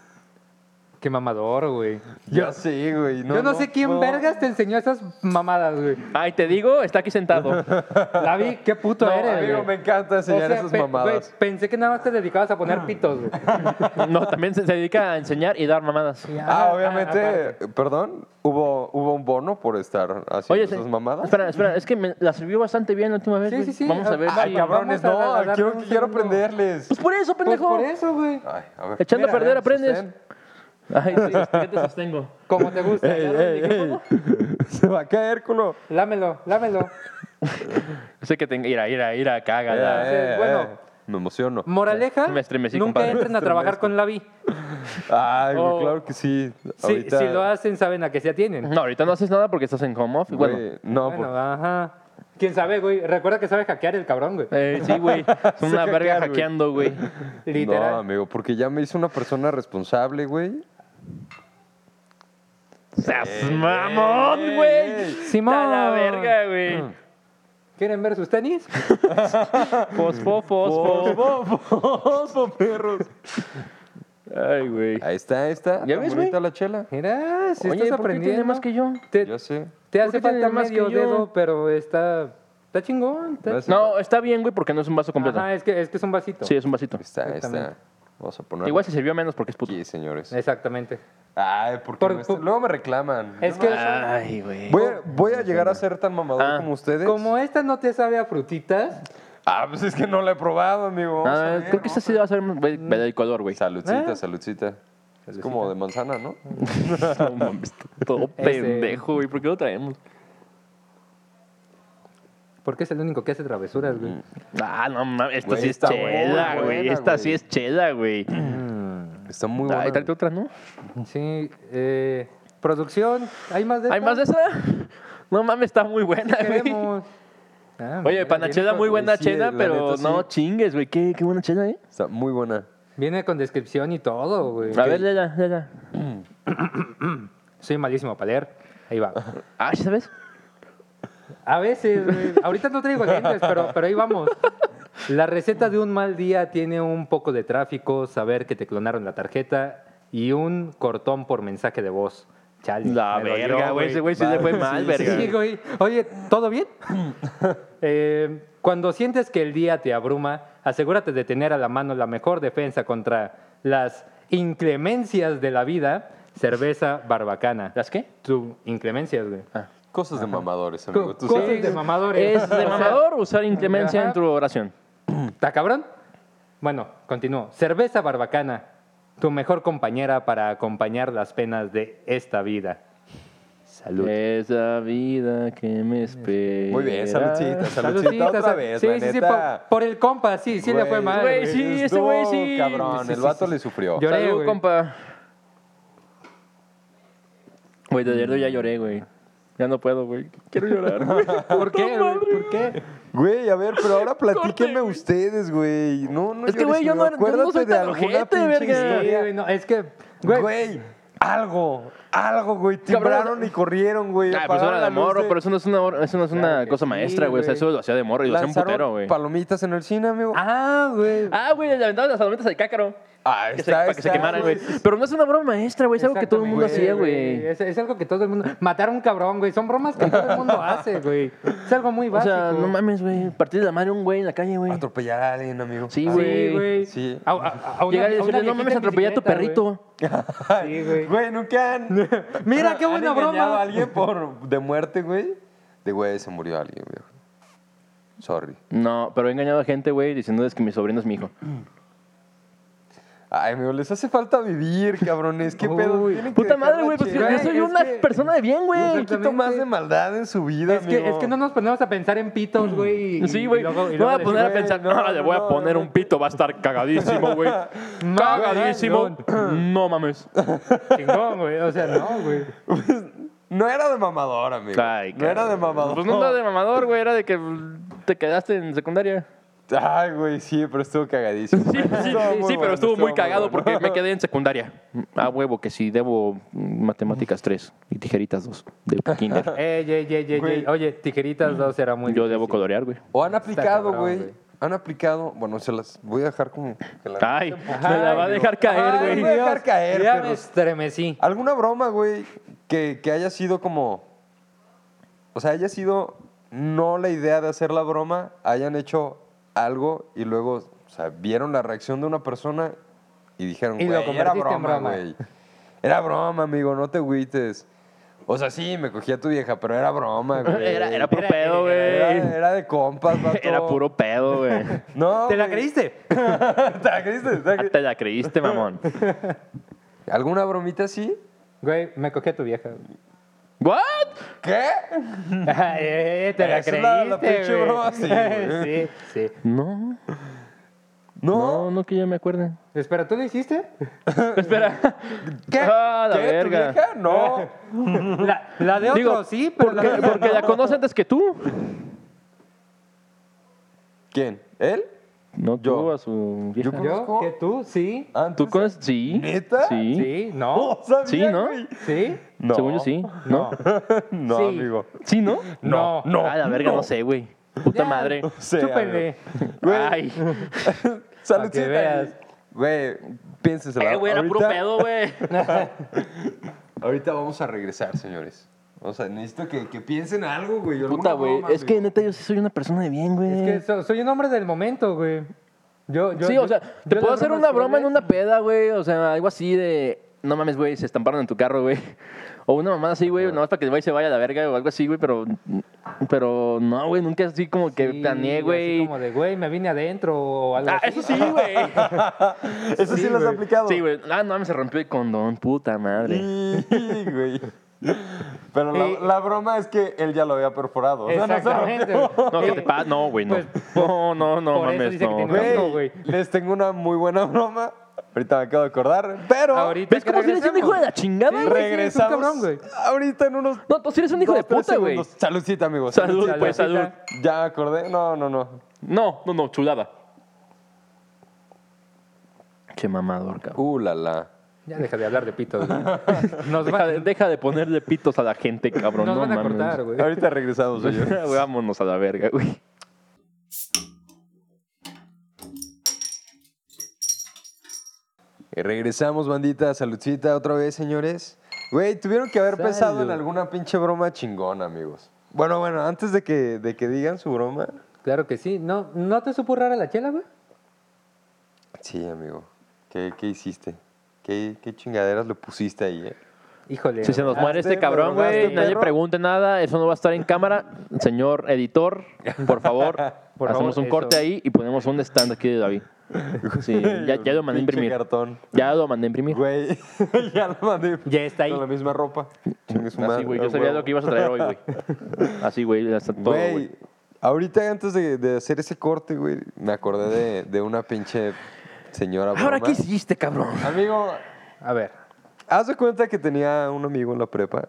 Qué mamador, güey. Ya sé, güey. Yo no, sé quién no. vergas te enseñó esas mamadas, güey. Ay, te digo, está aquí sentado. La vi, qué puto No, eres, amigo, güey. me encanta O enseñar sea, esas pe- mamadas. güey, pensé que nada más te dedicabas a poner pitos, güey. No, también se, se dedica a enseñar y dar mamadas. Ah, Ah, obviamente, aparte. perdón, hubo, hubo un bono por estar haciendo Oye, esas se- mamadas. espera, espera, es que me la sirvió bastante bien la última vez. Sí, güey. sí, sí. Vamos a ver Ay, si... cabrón. Cabrones, vamos a- a no, darle quiero, un quiero segundo. aprenderles. Pues por eso, Pues pendejo. por eso, güey. Ay, a ver. Echando a Mira, perder eh, aprendes. sostén. Ay, sí, ¿qué te sostengo? Como te gusta. Ey, agarra el ey, micrófono. ey. Se va a caer, culo. Lámelo, lámelo. Sé que tenga... Ira, ira, ira, cágala. Eh, bueno. Me emociono. Moraleja, Me estremecí, nunca compadre. entren a Me trabajar estremezco. con la vi. Ay, güey, Oh. claro que sí. Si, Ahorita, si lo hacen, saben a qué se atienen. No, ahorita no haces nada porque estás en home office. Bueno, güey, no, Bueno, por- ajá. ¿Quién sabe, güey? Recuerda que sabe hackear el cabrón, güey. eh, sí, güey. Es Sé una verga hackear, güey. hackeando, güey. no, Literal. amigo, porque ya me hice una persona responsable, güey. ¡Seas Ey, mamón, ey, güey! ey. Simón. ¡Está la verga, güey! ¿Quieren ver sus tenis? Fosfo, fosfo. Fosfo, perros. Ay, güey. Ahí está, ahí está. ¿Ya Tan ves, bonita güey? la chela. Mira, si Oye, estás ¿por qué aprendiendo. tiene más que yo? Te, Ya sé. te ¿Por hace qué tiene falta más que medio yo? dedo, pero está, está chingón. está- Gracias. No, está bien, güey, porque no es un vaso completo. Ajá, es que, es que es un vasito. Sí, es un vasito. Ahí está, ahí está. Exactamente. Vamos a poner Igual se sirvió menos porque es puto. aquí, señores. Exactamente. Ay, porque Por- me está- por- luego me reclaman. Es Yo que Ay, güey. Voy a, voy a llegar a ser tan mamador Ah. como ustedes. como esta no te sabe a frutitas, Ah, pues es que no la he probado, amigo. Vamos a Ah, ver, creo que esta vamos sí va a ser, güey, ve el color, güey. Saludcita, ¿Eh? saludcita. Es como de manzana, ¿no? No mames, todo Ese- pendejo, güey. ¿Por qué lo traemos? porque es el único que hace travesuras, güey. Ah, no mames, esta Güey, sí es está chela, muy güey. buena, Esta güey. sí es chela, güey. Está muy Ay, buena. tráete otra, ¿no? Sí, eh, producción, ¿hay más de ¿Hay esta? más de esa? No mames, está muy buena, güey. Queremos. Ah, Oye, mira, panachela viene muy con- buena sí, chela, la pero neta, sí. no chingues, güey. Qué, qué buena chela, ¿eh? Está muy buena. Viene con descripción y todo, güey. A ver, léela, léela. Soy malísimo para leer. Ahí va. Ah, ¿sí sabes? A veces, güey. Ahorita no traigo lentes, pero, pero ahí vamos. La receta de un mal día tiene un poco de tráfico, saber que te clonaron la tarjeta y un cortón por mensaje de voz. Chale, La me dolió, verga, güey. Ese güey sí le fue Vale, mal, sí, verga. Sí, güey. Oye, ¿todo bien? Eh, cuando sientes que el día te abruma, asegúrate de tener a la mano la mejor defensa contra las inclemencias de la vida, cerveza barbacana. ¿Las qué? Tu inclemencias, güey. Cosas de mamadores, amigo. Co- Tú cosas sabes. de mamadores. ¿Es de mamador usar inclemencia Ajá. en tu oración? ¿Está cabrón? Bueno, continúo. Cerveza barbacana, tu mejor compañera para acompañar las penas de esta vida. Salud. Esa vida que me espera. Muy bien, saludcita, saludcita Saludcita, otra sal- vez, Sí, la sí, sí, neta. por, por el compa, sí, sí le Güey, fue mal. güey, güey. sí. ese Estuvo güey sí. cabrón, Sí, el sí, vato sí, le sí. sufrió. Lloré, Salud, güey. compa. Güey, de ayer ya lloré, güey. Ya no puedo, güey. Quiero llorar, güey. ¿Por qué, güey? ¿Por qué? Güey, a ver, pero ahora platíquenme güey. ustedes, güey. No, no Es que, güey, llores, yo no amigo. era- yo no Acuérdate soy de tan alguna ojete, pinche verga. Sí, historia. güey, no, es que, güey, Güey, algo, algo, güey. Timbraron y corrieron, güey. Ah, pero eso era apagaron de la luz morro, de- pero eso no es una, hor- eso no es Claro una que cosa sí, maestra, güey. O sea, güey. eso lo hacía de morro y lo hacía un Lanzaron putero, güey. palomitas en el cine, amigo. ah, güey. Ah, güey, le aventaban las palomitas al cácaro. Ah, Que se- está, para que se está, quemaran, güey. Pero no es una broma maestra, güey. Es algo que todo el mundo hacía, Exactamente, güey. Es, es algo que todo el mundo... Matar a un cabrón, güey. Son bromas que todo el mundo hace, güey. Es algo muy O básico. sea, no mames, güey. Partir de la madre a un güey en la calle, güey. Atropellar a alguien, amigo. Sí, Sí, güey. güey. Sí. A, a- a una- Llegar y a una decirle, no viejita mames, en atropellé a tu bicicleta, güey. perrito. Sí, güey. Güey, nunca han... Mira qué ¿Han buena engañado broma. a alguien por de muerte, güey? De güey, se murió alguien, viejo. Sorry. No, pero he engañado a gente, güey, diciéndoles que mi sobrino es mi hijo. Ay, amigo, les hace falta vivir, cabrones. ¿Qué pedo? Uy, Tienen que Puta dejar madre, la güey. Pues chela. yo soy es una que- persona de bien, güey. Un poquito más de maldad en su vida, Es que, amigo. es que no nos ponemos a pensar en pitos, güey. y- Sí, y güey. luego- Me y voy a luego poner a güey, pensar, no, no, le voy a no, poner no. un pito, va a estar cagadísimo, güey. Cagadísimo. No mames. decir, chingón, güey. O sea, no, güey. No era de mamador, amigo. Ay, no era de mamador. Pues no era de mamador, güey. Era de que te quedaste en secundaria. Ay, güey, sí, pero estuvo cagadísimo. Sí, sí, Estuvo muy sí, pero bueno, estuvo muy bueno. cagado porque me quedé en secundaria. Ah, huevo, que sí, debo mm, matemáticas tres y tijeritas dos de kinder. Ey, ey, ey, ey, Güey. ey. Oye, tijeritas dos era muy Yo debo difícil. colorear, güey. O han aplicado, cabrón, güey. güey. Han aplicado. Bueno, se las voy a dejar como. que la- Ay, me la va a dejar Ay, caer, güey. güey. voy a dejar caer, Ya me perros. estremecí. ¿Alguna broma, güey, que, que haya sido como... O sea, haya sido no la idea de hacer la broma, hayan hecho algo y luego, o sea, vieron la reacción de una persona y dijeron, Y lo güey, era convertiste en broma, broma". güey. Era broma, amigo, no te agüites. O sea, sí, me cogí a tu vieja, pero era broma, güey. Era, era puro Era- pedo, Era, güey. era de compas, vato. Era puro pedo, güey. No, ¿Te la güey. creíste? ¿Te la creíste? ¿Te la Ah, creíste? te la creíste, mamón. ¿Alguna bromita así? Güey, me cogí a tu vieja. ¿What? ¿Qué? eh, te la Esa es la- creíste, la pinche güey. broma, sí, güey. sí, sí. No. No. No, no que ya me acuerde. Espera, ¿tú lo hiciste? Espera. ¿Qué? Ah, la ¿Qué? ¿Tu verga. vieja? No. La, la de otro Digo, sí, pero porque, la mía porque no. la conoce antes que tú. ¿Quién? ¿Él? No, tú Yo. a su vieja. Yo ¿Yo? conozco- ¿Que tú? ¿Sí? Antes. ¿Tú conoces? Sí. ¿Neta? Sí. ¿Sí? ¿No? No sabía, Sí, ¿no? güey. ¿Sí? No. Según yo sí. ¿No? No, Sí. amigo. ¿Sí, no? No. No. Ah, la verga, no, sé, güey. Puta Ya. madre. Sí, Chúpenle. Güey. Ay. Saludcita. que veas. Güey, piénsesela. Eh, güey, era puro Ahorita- pedo, güey. Ahorita vamos a regresar, señores. O sea, necesito que, que piensen algo, güey. alguna Puta, güey. broma, Es que amigo. neta, yo sí soy una persona de bien, güey. Es que so- soy un hombre del momento, güey. Yo, yo, Sí, yo- o sea, te yo puedo las hacer bromas una que broma en le- una peda, güey. O sea, algo así de. No mames, güey, se estamparon en tu carro, güey. O una mamada así, güey, nomás para que el güey se vaya a la verga o algo así, güey. Pero. Pero no, güey, nunca así como que Sí, planeé, así güey. como de, güey, me vine adentro o algo Ah, así. eso sí, güey. Eso sí, Sí, lo has güey. aplicado. Sí, güey. Ah, no, me se rompió el condón, puta madre. Sí, güey. Pero la, Eh, la broma es que él ya lo había perforado. O sea, no se Exactamente. rompió. No, ¿qué te pasa? No, güey, no. Pues, No, no, no, por eso mames, dice que no. tiene cabrón. No, Güey, güey. les tengo una muy buena broma. Ahorita me acabo de acordar. Pero Ahorita ¿Ves que cómo si eres un hijo de la chingada, Sí, güey? güey. regresamos. es un cabrón, güey. Ahorita en unos. No, tú sí eres un hijo de dos, tres puta, güey. segundos. Saludcita, amigos. Salud, Saludcita. pues, salud. Ya me acordé. No, no, no. No, no, no, chulada. Qué mamador, cabrón. Uh, la, la. Ya deja de hablar de pitos, güey. Nos, Deja va- de, deja de ponerle pitos a la gente, cabrón. nos no van a mames. cortar, güey. Ahorita regresamos, señores. Vámonos a la verga, güey. Y regresamos, bandita. Saludcita otra vez, señores. Güey, tuvieron que haber pensado en Salud. alguna pinche broma chingona, amigos. Bueno, bueno, antes de que, de que digan su broma. Claro que sí. ¿No, ¿no te supo rara la chela, güey? Sí, amigo. ¿Qué, qué hiciste? ¿Qué, ¿Qué chingaderas le pusiste ahí, eh? Híjole. Si se nos muere ¿Drogaste? este cabrón, ¿Me drogaste, güey, nadie perro? pregunte nada, eso no va a estar en cámara. Señor editor, por favor, Por hacemos favor, un eso. corte ahí y ponemos un stand aquí de David. Sí, ya, ya lo mandé a Pinche imprimir. cartón. Ya lo mandé a imprimir. Güey, ya lo mandé. Ya está ahí. Con la misma ropa. Chingue su Así, madre, güey, a yo sabía huevo. lo que ibas a traer hoy, güey. Así, güey, hasta todo, Güey, güey. ahorita antes de, de hacer ese corte, güey, me acordé de, de una pinche señora ¿Ahora broma. qué hiciste, cabrón? Amigo, A ver. haz de cuenta que tenía un amigo en la prepa.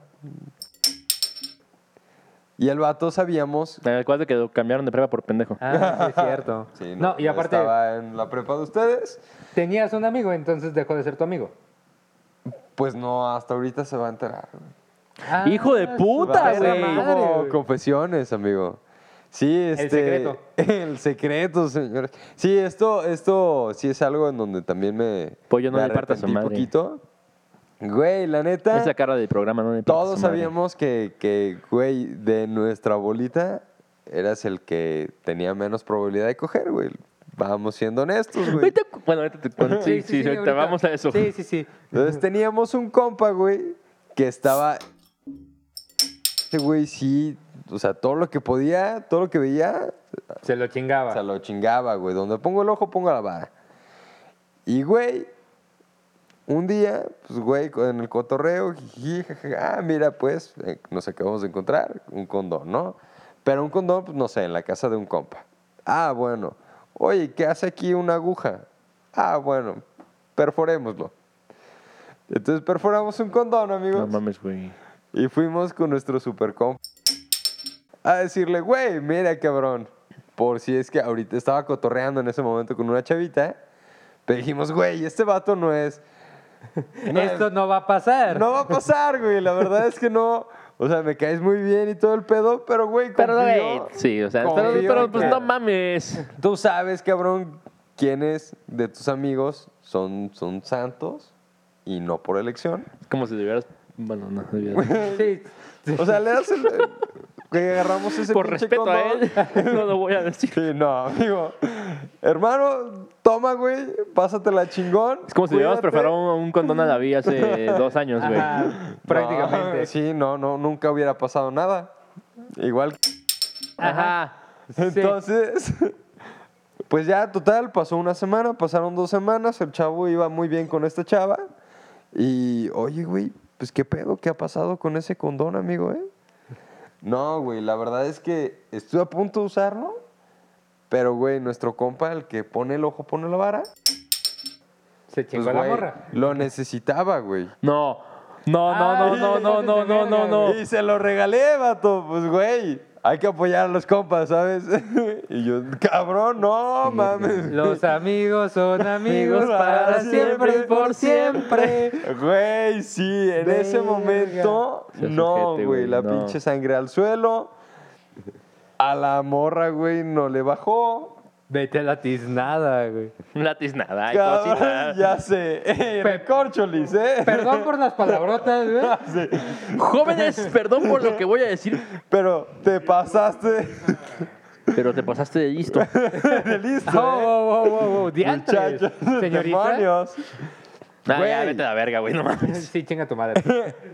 Y el vato sabíamos... Me acuerdo que lo cambiaron de prueba por pendejo. Ah, sí, es cierto. Sí, no, y aparte, estaba en la prepa de ustedes. tenías un amigo, entonces dejó de ser tu amigo. Pues no, hasta ahorita se va a enterar. güey. Ah, Hijo de puta, Va a ser güey. madre, como güey. confesiones, amigo. Sí, este... secreto. El secreto, señores. Sí, esto, esto sí es algo en donde también me... Pollo, no me le partas a su arrepentí madre. poquito. Güey, la neta... Es la cara del programa, ¿no? De parte Todos de su madre. sabíamos que, que, güey, de nuestra bolita eras el que tenía menos probabilidad de coger, güey. Vamos siendo honestos, güey. Ahorita cu- Bueno, ahorita te cuento. Sí, sí, sí, ahorita ahorita. vamos a eso. Sí, sí, sí. Entonces teníamos un compa, güey, que estaba... Ese güey sí, o sea, todo lo que podía, todo lo que veía, Se lo chingaba. se lo chingaba, güey. Donde pongo el ojo, pongo la vara. Y, güey, un día, pues, güey, en el cotorreo, jiji, jajaja, ah, mira, pues, eh, nos acabamos de encontrar un condón, ¿no? Pero un condón, pues, no sé, en la casa de un compa. Ah, bueno. Oye, ¿qué hace aquí una aguja? Ah, bueno, perforémoslo. Entonces perforamos un condón, amigos. No mames, güey. Y fuimos con nuestro super compa a decirle, güey, mira, cabrón, por si es que ahorita estaba cotorreando en ese momento con una chavita, pero dijimos, güey, este vato no es... no es- Esto no va a pasar. no va a pasar, güey, la verdad es que no... O sea, me caes muy bien y todo el pedo, pero, güey, Pero, confío- güey, sí, o sea, pero, confío pero en pues que no mames. Tú sabes, cabrón, quiénes de tus amigos son, son santos y no por elección. Es como si tuvieras. Bueno, no, olvídate. Sí. O sea, le das el... que agarramos ese Por pinche respeto a condón. él, no lo voy a decir. Sí, no, amigo. Hermano, toma, güey, pásatela chingón. Es como si hubiéramos cuídate. preparado un condón a la vida hace dos años, güey. Ajá, prácticamente. No, sí, no, no, nunca hubiera pasado nada. Igual. Ajá. Sí. Entonces, pues ya, total, pasó una semana, pasaron dos semanas, el chavo iba muy bien con esta chava. Y, oye, güey, pues qué pedo, ¿qué ha pasado con ese condón, amigo, eh? No, güey, la verdad es que estuve a punto de usarlo, pero, güey, nuestro compa, el que pone el ojo, pone la vara, Se chingó pues, la güey, morra. lo necesitaba, güey. No. No, no, no, Ay, no, no, pases no, de no, no, verga, no. Y se lo regalé, vato, pues, güey. Hay que apoyar a los compas, ¿sabes? Y yo, cabrón, no mames. Los amigos son amigos para siempre y por siempre. Güey, sí, en ese Verga. momento, Seas no, ojete, güey, güey, la no. pinche sangre al suelo. A la morra, güey, no le bajó. Vete a la tiznada, güey. La tiznada, ay, Cabrón, cosita. ya sé. Eh, recorcholis, ¿eh? Perdón por las palabrotas, güey. Sí. Jóvenes, perdón por lo que voy a decir, Pero te pasaste pero te pasaste de listo. de listo, Oh, ¿eh? oh, oh, oh, oh. Diantres. Muchachos, Señorita. demonios. Ah, Güey. ya, vete a la verga, güey, no mames. Sí, chinga tu madre.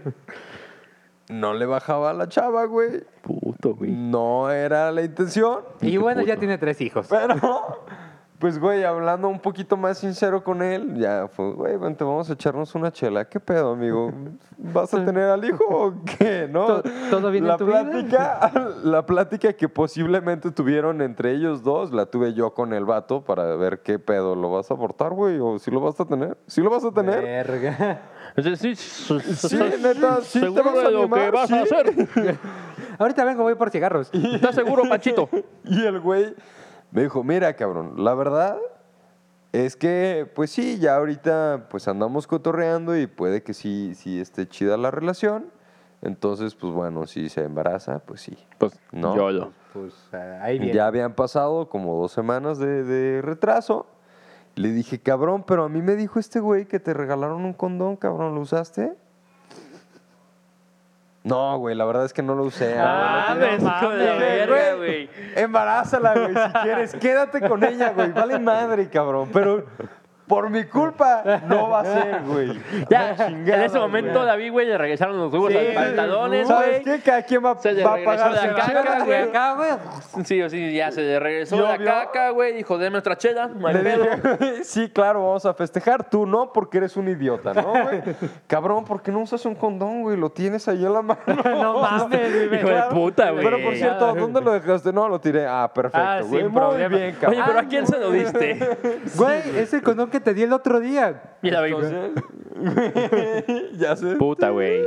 No le bajaba a la chava, güey. Puto, güey. No era la intención. Y bueno, ya puto. tiene tres hijos. Pero, pues, güey, hablando un poquito más sincero con él, ya fue, güey, vente, vamos a echarnos una chela. ¿Qué pedo, amigo? ¿Vas a tener al hijo o qué? ¿No? ¿To- todo bien en la tu vida? plática, La plática que posiblemente tuvieron entre ellos dos, la tuve yo con el vato para ver qué pedo. ¿Lo vas a abortar, güey? ¿O si lo vas a tener? ¿Sí lo vas a tener? Verga. Sí, sí, sí, Sí, neta, sí te seguro vas a de lo animar, que vas a sí. hacer. Ahorita vengo, voy por cigarros. ¿Estás seguro, Panchito? Y el güey me dijo, mira, cabrón, la verdad es que, pues sí, ya ahorita pues andamos cotorreando y puede que sí, sí esté chida la relación. Entonces, pues bueno, si se embaraza, pues sí. Pues, No. yo, yo. Pues ah, ahí viene. Ya habían pasado como dos semanas de, de retraso. Le dije, cabrón, pero a mí me dijo este güey que te regalaron un condón, cabrón, ¿lo usaste? No, güey, la verdad es que no lo usé. Ah, güey. no hijo de la mames, verga, güey. Embarázala, güey, si quieres. Quédate con ella, güey. Vale madre, cabrón. Pero por mi culpa no va a ser, güey. Ya, La chingada, en ese momento, güey. David, güey, le regresaron los huevos Sí, a los pantalones, ¿Sabes güey. qué? Cada quien va, Se le va a regresó pagar la su caca, chela, güey. Acá, güey. Sí, o sí, ya se le regresó Yo la vio- caca, güey. Dijo, deme otra chela, no hay Le pedo. dije, sí, claro, vamos a festejar. Tú no, porque eres un idiota, ¿no, güey? Cabrón, ¿por qué no usas un condón, güey? Lo tienes ahí en la mano. No mames, güey. Hijo de puta, güey. Pero por cierto, ¿dónde lo dejaste? No, lo tiré. Ah, perfecto, Ah, güey. sin Muy problema. bien, cabrón. Oye, pero ¿a quién se lo diste? Güey, ese condón que te di el otro día. Y la David, Ya sé. puta, güey.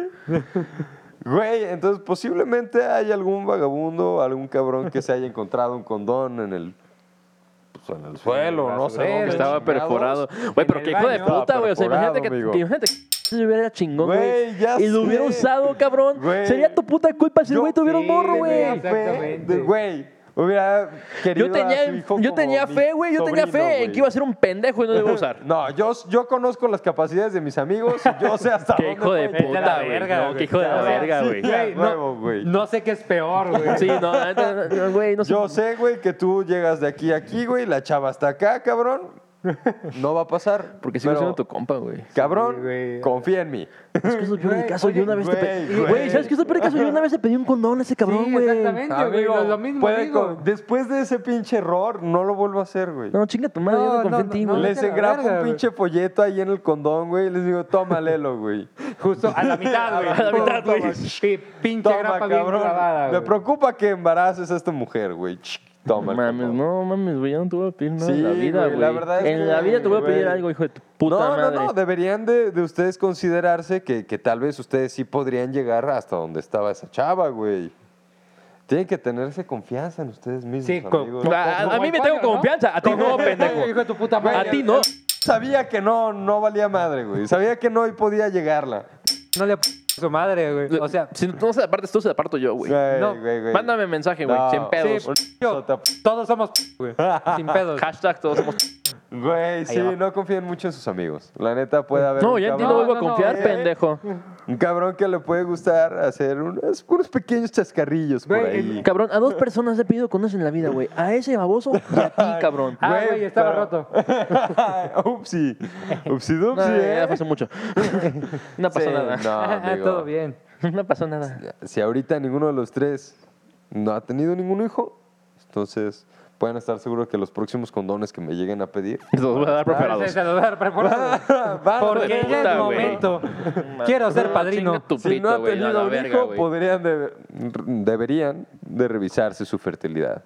Güey, entonces posiblemente hay algún vagabundo, algún cabrón que se haya encontrado un condón en el, pues, en el suelo, no sé basurero. dónde. Estaba chingados. perforado. Güey, pero En qué el hijo de baño. puta, güey. O sea, Perforado, imagínate que, amigo. que imagínate que se hubiera chingón, Güey, güey. ya Y lo hubiera sé. usado, cabrón. Güey. Sería tu puta culpa si el Yo- güey tuviera un sí, morro, güey. güey. Exactamente. De- Güey, hubiera querido Yo a su tenía, hijo yo como tenía mi fe, güey. Yo tenía sobrino, fe en güey. que iba a ser un pendejo y no lo iba a usar. No, yo, yo conozco las capacidades de mis amigos y yo sé hasta Qué dónde hijo de pueden Vete a llegar. la puta, güey. verga, No, güey. qué hijo de la O sea, verga, sí, güey. ya. Güey, huevo, no, güey. no sé qué es peor, güey. Sí, no, la neta, no, güey, no sé. Yo sé, güey, que tú llegas de aquí a aquí, güey, la chava está acá, cabrón. No va a pasar. Porque sigo Pero, siendo tu compa, güey. Cabrón, Sí, güey. confía en mí. Es que eso es peor Güey, caso. Yo una vez te güey, pedí. güey. Güey, ¿sabes qué es lo peor caso? Yo una vez le pedí un condón a ese cabrón, Sí, güey. exactamente, güey. Amigo, Lo, lo mismo puede digo. con- después de ese pinche error, no lo vuelvo a hacer, güey. No, chinga tu madre, yo no No, confío no, en ti, no, güey. no. Les vete a la engrapo verga, un güey. pinche folleto ahí en el condón, güey, y les digo, toma, lelo, güey. Justo a la mitad, güey. A la mitad, güey. Pi- Pinche Toma, grapa bien cabrón. grabada, Me güey. preocupa que embaraces a esta mujer, güey. Ch, Toma el Mames, condón. no mames, güey, yo no te voy a pedir nada Sí, en la vida, güey, güey. la verdad es En que, la vida te voy a pedir güey. algo, hijo de tu puta no, madre. no, no, deberían de, de ustedes considerarse que, que tal vez ustedes sí podrían llegar hasta donde estaba esa chava, güey. Tienen que tenerse confianza en ustedes mismos, Sí, co- amigos. co- A, a- a Como mí el me tengo pollo, ¿no? confianza, a ti no, pendejo. Hijo de tu puta madre. A ti no. Sabía que no, no valía madre, güey. Sabía que no y podía llegarla. No le p su madre, güey. O sea, si no se la partes tú, se la parto yo, güey. Güey, no. güey, güey. Mándame mensaje, güey, No. sin pedos. Sí, yo, todos somos p, güey. Sin pedos. Hashtag todos somos... Güey, sí, va. no confíen mucho en sus amigos. La neta puede haber No, un ya en ti cabrón- no vuelvo a no, no, confiar, eh. pendejo. Un cabrón que le puede gustar hacer unos, unos pequeños chascarrillos por Güey, ahí. Cabrón, a dos personas he pedido con eso en la vida, güey. A ese baboso y a ti, cabrón. Ah, Güey, güey, estaba pero- roto. Upsi. Upsi No, dupsi, ya, ya ¿eh? pasó mucho. No pasó Sí, nada. No, amigo. Todo bien. No pasó nada. Si ahorita ninguno de los tres no ha tenido ningún hijo, entonces pueden estar seguros que los próximos condones que me lleguen a pedir Te los voy a dar Se, preparados. se lo voy a dar preparado. van a Porque de ya puta, es güey. momento. Quiero ser No, padrino. chinga tu Si pito, no ha güey, a tenido la un verga, hijo, güey. podrían de- deberían de revisarse su fertilidad.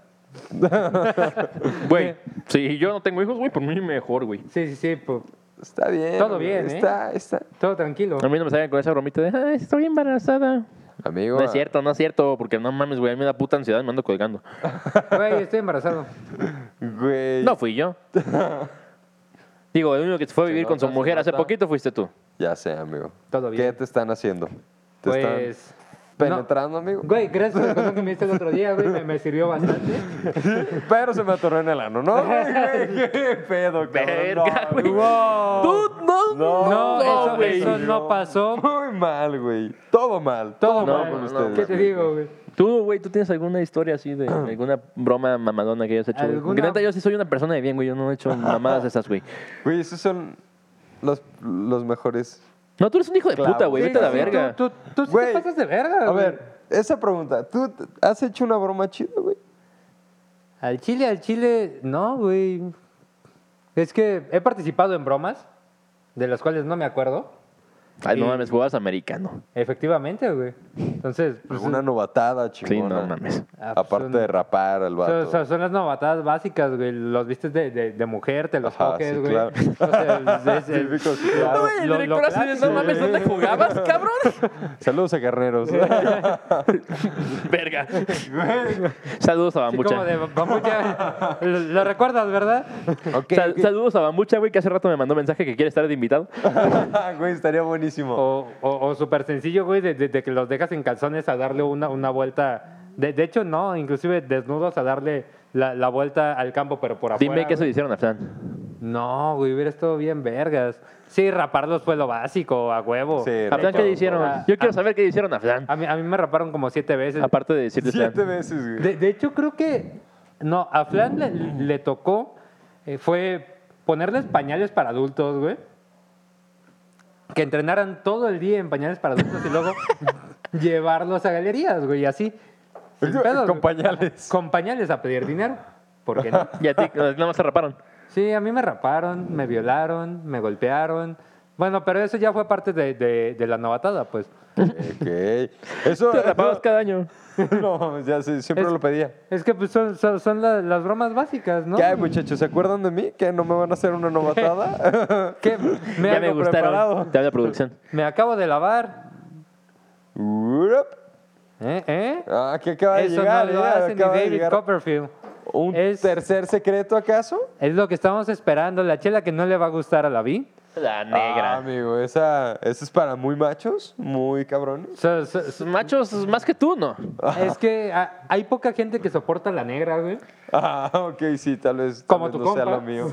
Güey, si yo no tengo hijos, güey, por mí mejor, güey. Sí, sí, sí. pues, Está bien. Todo güey, bien, ¿eh? Está, está. todo tranquilo. A mí no me salgan con esa bromita de, ay, estoy embarazada. Amigo. No es cierto, no es cierto, porque no mames, güey, a mí me da puta ansiedad y me ando colgando. Güey, estoy embarazado. Güey. No fui yo. Digo, el único que se fue a Se vivir con su nota, se mujer hace nota. poquito fuiste tú. Ya sé, amigo. Todo bien. ¿Qué te están haciendo? ¿Te Pues. están penetrando, amigo? Güey, gracias al condón que me diste el otro día, güey, me, me sirvió bastante. Pero se me atoró en el ano, ¿no? Güey, güey, ¿qué pedo, cabrón? Verga, No, güey. ¡Wow! Tú, no, No, No, eso, güey. eso no pasó. Muy mal, güey. Todo mal. Todo No, mal. no, ustedes, ¿Qué te güey. digo, güey? Tú, güey, tú tienes alguna historia así de alguna broma mamadona que hayas hecho. güey? ¿Alguna? Porque neta, yo sí soy una persona de bien, güey. Yo no he hecho mamadas de esas, güey. Güey, esos son los, los mejores. No, tú eres un hijo de Claro. puta, güey. Sí, Vete a la sí, verga. Tú, tú, tú sí Güey, te pasas de verga, A güey. ver, esa pregunta. ¿Tú t- has hecho una broma chida, güey? Al chile, al chile, no, güey. Es que he participado en bromas, de las cuales no me acuerdo. Ay, no Y- mames, jugabas americano. Efectivamente, güey. Entonces, pues, Alguna novatada Sí, chingona. no mames. ah, pues, Aparte son- de rapar al vato. son, son- son las novatadas básicas, güey. Los vistes de, de, de mujer, te los Ajá, coges, sí, güey. claro. O sea, es- es- Típico, sí, claro. No, güey, el Lo- director lo así de, clásico, no mames, güey. ¿dónde jugabas, cabrón? Saludos a carneros. Verga. Saludos a así Bambucha. como de bambucha. lo, lo recuerdas, ¿verdad? Ok, Sal- ok. Saludos a Bambucha, güey, que hace rato me mandó mensaje que quiere estar de invitado. Güey, estaría buenísimo. O, o, o súper sencillo, güey, de, de- de que los dejas en calzones a darle una, una vuelta. De, de hecho, no, inclusive desnudos a darle la, la vuelta al campo, pero por afuera. Dime que eso güey. hicieron a Fran. No, güey, hubiera estado bien vergas. Sí, raparlos fue lo básico, a huevo. Sí, ¿A Flan qué le hicieron? Ah, Yo quiero ah. saber qué le hicieron a Flan. A mí, a mí me raparon como siete veces. Aparte de decirte Flan. Siete veces, güey. De, de hecho, creo que... No, a Flan le, le tocó... eh, fue ponerles pañales para adultos, güey. Que entrenaran todo el día en pañales para adultos y luego llevarlos a galerías, güey, y así. Sin pedos, Con güey. pañales. Con pañales a pedir dinero. ¿Por qué no? Y a ti, nada más te raparon. Sí, a mí me raparon, me violaron, me golpearon. Bueno, pero eso ya fue parte de, de- de la novatada, pues. Ok. Eso. Te rapabas cada año. No, ya sé, siempre Es- lo pedía. Es que pues son, son, son la- las bromas básicas, ¿no? ¿Qué hay, muchachos? ¿Se acuerdan de mí? ¿Que no me van a hacer una novatada? ¿Qué? Me, Ya me hago- gustaron. preparado. Te habla producción. me acabo de lavar. Urup. ¿Eh? ¿Eh? Ah, que acaba de Eso llegar. no lo eh, hace ni acaba de David llegar. Copperfield. ¿Un Es- tercer secreto acaso? Es lo que estamos esperando. La chela que no le va a gustar a la Vi. La Ah, negra. amigo, esa, esa es para muy machos, muy cabrones. So- so- Sus machos más que tú, ¿no? es que ah, hay poca gente que soporta la negra, güey. Ah, ok, sí, tal vez, tal Como vez tu no sea compa. lo mío.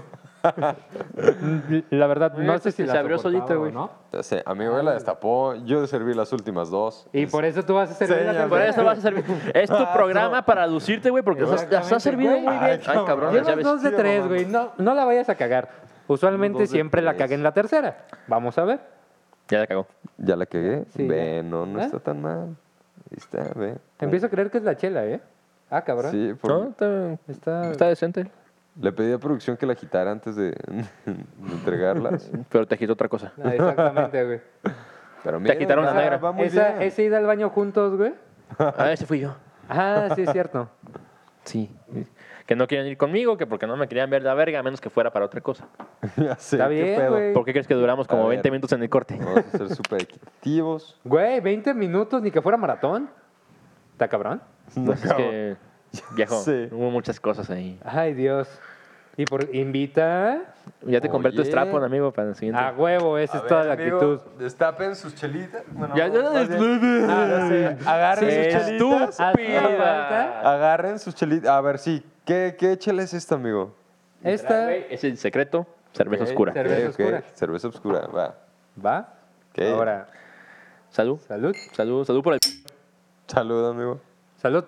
La verdad, no Mira, sé si se la abrió soportaba solita, o güey. ¿no? Ya sé, a mi güey la destapó, yo serví las últimas dos. Y por eso tú vas a servir Sí, la ya Por tercera. eso vas a servir. Es tu programa para lucirte, güey, porque las las has servido muy Exactamente, bien. güey. Ay, cabrón, Llevas ya ves. dos de Sí, tres, mamá. güey. No, no la vayas a cagar. Usualmente Dos de siempre la tres. cagué en la tercera. Vamos a ver. Ya la cagó. ¿Ya la cagué? Sí, Ve, ya. no, no ¿Eh? está tan mal. Ahí está, ve. Empiezo a creer que es la chela, ¿eh? Ah, cabrón. Sí, por- No, está, Está... está decente. le pedí a producción que la quitara antes de, de entregarlas. Pero te quitó otra cosa. Ah, exactamente, güey. Pero Te quitaron la va- negra. Va muy Esa, bien. esa ida al baño juntos, güey. Ah, ese fui yo. Ah, sí, es cierto. Sí. Que no querían ir conmigo, que porque no me querían ver la verga, a menos que fuera para otra cosa. Ya sé, Está qué bien, pedo. güey. ¿Por qué crees que duramos A como ver. veinte minutos en el corte? Vamos a ser súper equitativos. Güey, veinte minutos ni que fuera maratón. ¿Está cabrón? Pues es que, viejo, Sí. hubo muchas cosas ahí. Ay, Dios. Y por invita Ya te compré tu Oye. strapon, amigo, para el siguiente. a huevo, esa es toda la actitud. Destapen sus chelitas. Bueno, Ya, ya, más bien, Ah, ya sé, agarren Sí, sus chelitas. estúpida. Agarren sus chelitas. A ver, sí. ¿Qué, qué chela es esta, amigo? Esta Es el secreto, cerveza Ok, oscura. Cerveza ok, ok. oscura. Cerveza oscura, va. va. Ok. Ahora, Salud, salud. salud, salud por el... Salud, amigo. Salud.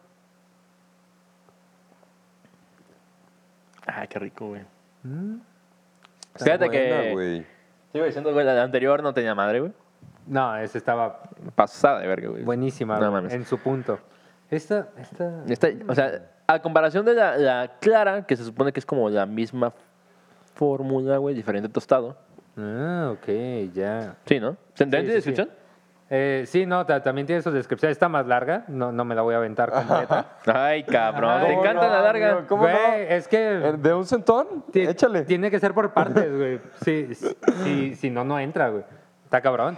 Ay, qué rico, güey. Está Fíjate buena, que... güey. Sigo diciendo, güey, la anterior no tenía madre, güey. No, esa estaba Pasada de verga, güey. buenísima, No güey, mames. en su punto. Esta, esta... Esta- o sea, a comparación de la, la clara, que se supone que es como la misma fórmula, güey, diferente tostado. Ah, ok, ya. Sí, ¿no? ¿Se entiende Sí, la sí, descripción? Eh, sí, no, ta- también tiene su descripción. Está más larga, no, no me la voy a aventar completa. Ay, cabrón, te ¿Cómo encanta no, la larga. amigo? ¿Cómo Güey, no? es que... Eh, ¿De un centón? ti- Échale. Tiene que ser por partes, güey. Sí, sí, si no, no entra, güey. Está cabrón.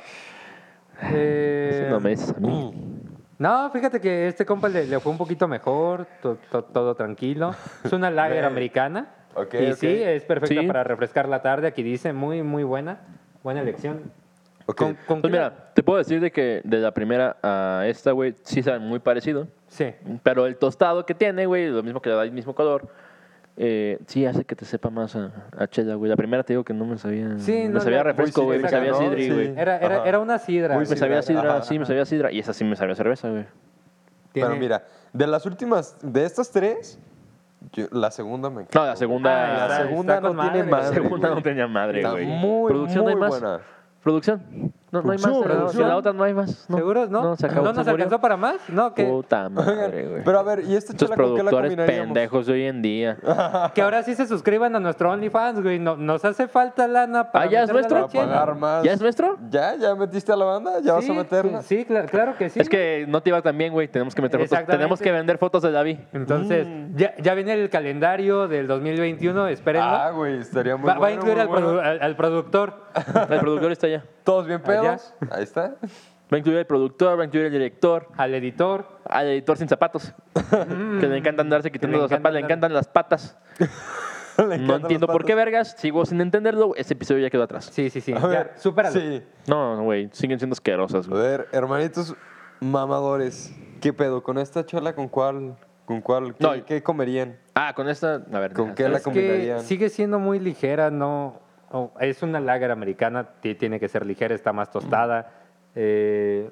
Eh, No me dices a mí. No, fíjate que este compa le, le fue un poquito mejor, to- to- todo tranquilo. Es una lager Ve. americana. Ok, y ok. sí, es perfecta Sí. para refrescar la tarde. Aquí dice, muy, muy buena. Buena elección. Ok. ¿Con, con Pues qué- mira, te puedo decir de que de la primera a esta, güey, sí saben muy parecido. Sí. Pero el tostado que tiene, güey, lo mismo que le da el mismo color, eh, sí hace que te sepa más a, a chela, güey. La primera te digo que no me sabía. Sí, me no, sabía la- refresco, Muy güey. Me cítrica, sabía ¿no? sidri, Sí. güey. Era, era, Ajá. era una sidra. Muy güey. Me sabía sidra, sidra, ajá, sí, me ajá. sabía sidra. Y esa sí me sabía cerveza, güey. Tiene- Pero mira, de las últimas, de estas tres, yo- la segunda me encanta. No, la segunda. Ah, La está- segunda está no con tiene madre. madre. La segunda güey. no tenía madre, Está güey. muy, Producción, muy no hay más. buena. Producción. No, no hay más. Producción, de la- producción. de la otra no hay más. No. ¿Seguros? ¿No? No, se acabó. ¿No nos se murió. alcanzó para más? No, que, Puta madre, güey. Pero a ver, ¿y esta Estos chela con qué la productores combinaríamos? pendejos de hoy en día. que ahora sí se suscriban a nuestro OnlyFans, güey. No, nos hace falta lana para Ah, ¿ya es meterla a nuestro? la Para chela. pagar más. ¿Ya es nuestro? ¿Ya? ¿Ya metiste a la banda? ¿Ya vas Sí, a meterla? Sí, cla- claro que sí. Es que no te iba tan bien, güey. Tenemos que meter fotos. Exactamente. Tenemos que vender fotos de David. Entonces, Mm. ya, ya viene el calendario del dos mil veintiuno, espérenlo. Ah, güey, estaría muy va, va a bueno, incluir muy al, bueno. produ- al- al productor. El productor está allá. ¿Todos bien Allá. pedos? Ahí está. Va a incluir el productor, va a incluir el director, Al editor. al editor sin zapatos. que le encanta andarse quitando le los encanta zapatos, le andar- encantan las patas. Le No encantan entiendo las por qué patas. vergas, sigo sin entenderlo. Este episodio ya quedó atrás. Sí, sí, sí. A Ya, ver, supéralo. sí. No, no, güey, siguen siendo asquerosas, A güey. ver, hermanitos mamadores, ¿qué pedo? ¿Con esta chela con cuál? ¿Con cuál? ¿Qué, No. qué comerían? Ah, con esta, a ver. ¿Con qué la Es que combinarían? sigue siendo muy ligera, no. oh, es una lager americana, ti- tiene que ser ligera, está más tostada. Eh,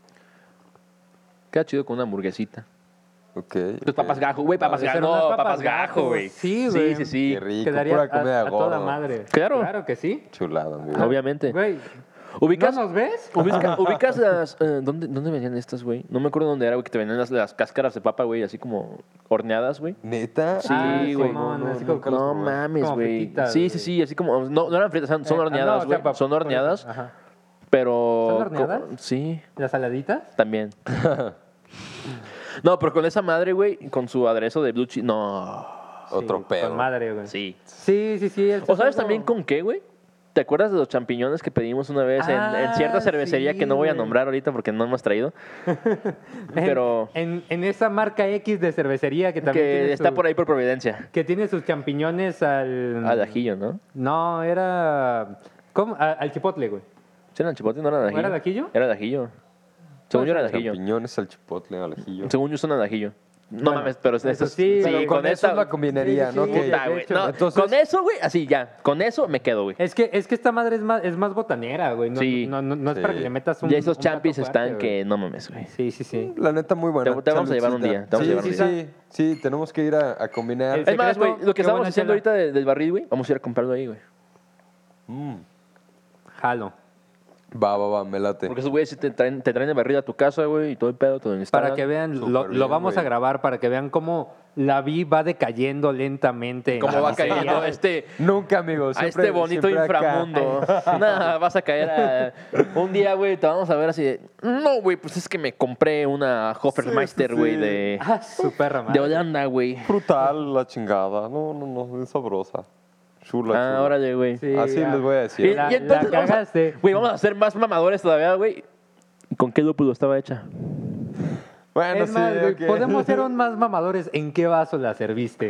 Queda chido con una hamburguesita. Ok. Tus papas gajo, güey, papas Debe gajo. ser unas No, papas papas gajo, gajo, güey. sí, Sí, güey. sí, sí. Qué rico, quedaría pura a, comida a toda gorda. madre. Claro. Claro que sí. Chulada, amigo. Obviamente. Güey, ¿Ubicas, ¿no nos ves? ubica- ubicas las... eh, ¿dónde, ¿Dónde venían estas, güey? No me acuerdo dónde era, güey, que te venían las, las cáscaras de papa, güey, así como horneadas, güey. ¿Neta? Sí, Ah, güey. Simón, No, no, así como- nunca las No probé. mames, Como güey. frititas, Sí, güey. sí, sí, así como... No, no eran fritas, son, son Eh, ah, horneadas, no, o güey. sea, pa- son por eso, horneadas, ajá. pero... ¿Son horneadas? co- Sí, ¿Las saladitas? también. No, pero con esa madre, güey, con su aderezo de blue cheese... No. Otro Sí, pedo. Con madre, güey. Sí. Sí, sí, sí. el ¿O sabes sazón también no- con qué, güey? ¿Te acuerdas de los champiñones que pedimos una vez en, en Ah, cierta cervecería sí, que no voy a güey. nombrar ahorita porque no hemos traído? En- Pero En, en esa marca X de cervecería que también que tiene está su- por ahí por Providencia. que tiene sus champiñones al... Al ajillo, ¿no? No, era... ¿Cómo? A- al chipotle, güey. ¿Sí era el chipotle? ¿No era de ¿No ajillo? era de ajillo? Era de ajillo. Según yo era de ajillo. Champiñones al chipotle, al ajillo. Según yo son de ajillo. No Bueno, mames, pero eso esto sí, Pero Sí, con, con eso esta... la combinaría, Sí, ¿no? sí, Que- sí. Puta, de güey. hecho. No, Entonces- con eso, güey, así ya. Con eso me quedo, güey. Es que, es que esta madre es más, es más botanera, güey. No, Sí. no, no, no es Sí. para que le metas un Ya esos un plato champis fuerte, están güey. que no mames, güey. Sí, sí, sí. La neta, muy buena. Te- te vamos a llevar un Saludcita. día, te vamos a sí, llevar un sí, día. sí, sí, tenemos que ir a, a combinar. El- Es más, güey, secreto, lo que qué estábamos buena diciendo chela. ahorita de- del barril, güey, vamos a ir a comprarlo ahí, güey. Mm. Jalo. Va, va, va, me late. Porque esos güeyes sí te traen, te traen el barril a tu casa, güey, y todo el pedo, te lo instalan. Para que vean, Súper lo, bien, lo vamos güey. a grabar para que vean cómo la vi va decayendo lentamente. en ¿Cómo la va miseria. cayendo este... Nunca, amigo. A Siempre, este bonito siempre acá. inframundo. Nada, vas a caer a... Un día, güey, te vamos a ver así de... No, güey, pues es que me compré una Hoffermeister, Sí, sí, güey, sí. de... Ah, su perra De madre. Holanda, güey. Brutal, la chingada. No, no, no, es sabrosa. Chula, Ah, chula. órale, güey. Sí, Así ya. les voy a Y, decir. La- y entonces la vamos a- cagaste. Güey, vamos a hacer más mamadores todavía, güey. ¿Con qué lúpulo estaba hecha? Bueno, Es sí, más, güey, ok. podemos ser un más mamadores. ¿En qué vaso la serviste?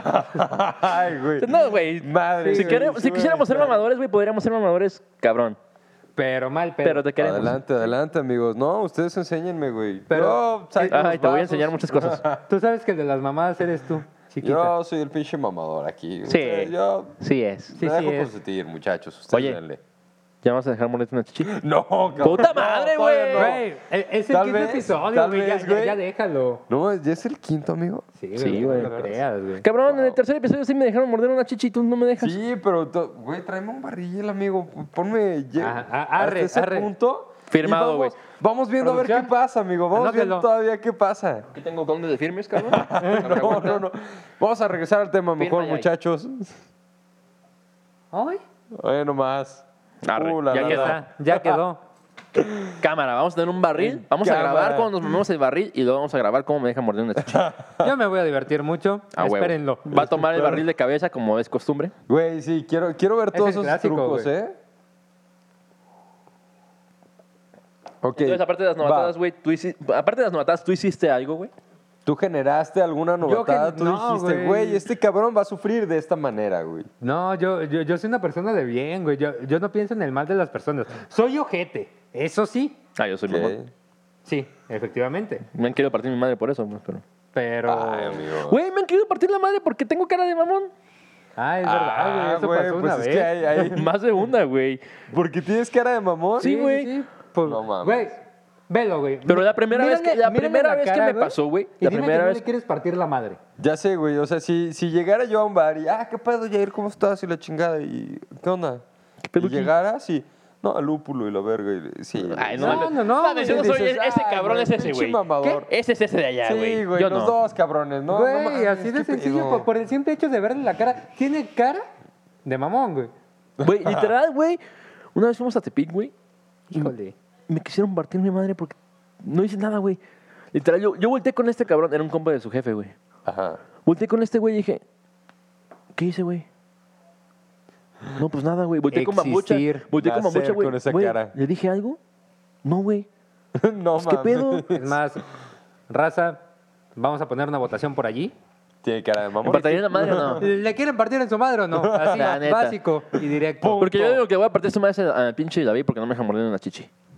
Ay, güey. No, güey. Madre. Si, güey, queremos- sí si me quisiéramos ser gusta. mamadores, güey, podríamos ser mamadores cabrón. Pero mal, pero. Pero te queremos. Adelante, adelante, amigos. No, ustedes enséñenme, güey. Pero- Yo saco Ay, los te voy a vasos. enseñar muchas cosas. Tú sabes que el de las mamadas eres tú, chiquita. Yo soy el pinche mamador aquí. Sí. Ustedes, Yo Sí es. Sí, me sí dejo es. consentir, muchachos. Ustedes Oye. denle. ¿Ya vamos a dejar morirte una chichi? No, cabrón. ¡Puta no, madre, todavía güey! no. Güey, e- es el Tal quinto vez, episodio, tal güey. Ya, vez, ya, güey. ya déjalo. No, ¿ya es el quinto, amigo? Sí, Sí, güey. güey. No lo creas, güey. Cabrón, en el tercer episodio sí me dejaron morder una chichi y tú no me dejas. Sí, pero, to- güey, tráeme un barril, amigo. Ponme lle- Ajá, ah, arre, hasta ese arre. punto. Firmado, y güey. vamos, vamos viendo a ver qué ¿Producción? pasa, amigo. Vamos Anótelo. viendo todavía qué pasa. Aquí tengo conde de firmes, cabrón. No, no, no. Vamos a regresar al tema mejor, Firma ya ahí. muchachos. Ay, Oye, nomás. Arre, Uh, la, ya la, ya la. está, ya quedó. Cámara, vamos a tener un barril. Vamos a Cámara. grabar cuando nos mamemos el barril y luego vamos a grabar cómo me dejan morder una chichi. Yo me voy a divertir mucho. A huevo. Espérenlo. Va a tomar el barril de cabeza como es costumbre. Güey, sí, quiero, quiero ver Es todos el esos clásico, trucos, güey. ¿eh? Ok. Entonces, aparte de las va. novatadas, güey, tú hiciste, aparte de las novatadas, ¿tú hiciste algo, güey? ¿Tú generaste alguna novatada? gen- Tú no, dijiste, güey. güey, este cabrón va a sufrir de esta manera, güey. No, yo, yo, yo soy una persona de bien, güey. Yo, yo no pienso en el mal de las personas. Soy ojete, eso sí. Ah, yo soy Ok. mamón. Sí, efectivamente. Me han querido partir mi madre por eso, güey, pero... Pero. Ay, amigo. Güey, me han querido partir la madre porque tengo cara de mamón. Ah, es verdad, güey. Eso güey, pasó pues una es vez. que hay, hay- Más de una, güey. Porque tienes cara de mamón. Sí, güey. Pues, No mames. Güey, velo, güey. Pero la primera vez que- la mírame primera la vez que cara, me pasó, güey, Y la dime primera que no vez- le quieres partir la madre. Ya sé, güey. O sea, si, si llegara yo a un bar y, ah, ¿qué pedo, Jair? ¿Cómo estás? Y la chingada. Y, ¿qué onda? pedo, y qué? llegaras y, no, al lúpulo y la verga. Y, sí. Ay, No, mames. no, no, Mames, yo no güey. soy Dices, ese "Ah, cabrón, güey, es ese, pinche güey. mamador". ¿Qué? Ese es ese de allá, güey. Sí, güey, Yo los no. dos cabrones, ¿no? Güey, no mames, así de ¿qué sencillo, pedo? por, por el simple hecho de verle la cara. Tiene cara de mamón, güey. Güey, literal, güey. Una vez fuimos a Tepic, güey. Híjole. Me quisieron partir mi madre porque no hice nada, güey. Literal, yo, yo volteé con este cabrón. Era un compa de su jefe, güey. Ajá. Volteé con este güey y dije, ¿qué hice, güey? No, pues nada, güey. Volteé con mamucha. Existir. Volteé con Nacer mamucha, güey. con esa Güey, cara. ¿le dije algo? No, güey. no Pues, ¿qué mames. pedo? Es más, raza, vamos a poner una votación por allí. Tiene cara de ¿Me mamón. partiría la madre o no? ¿Le quieren partir en su madre o no? Así, La neta. básico y directo. Porque yo digo que voy a partir su madre al pinche David porque no me deja morder una chichi.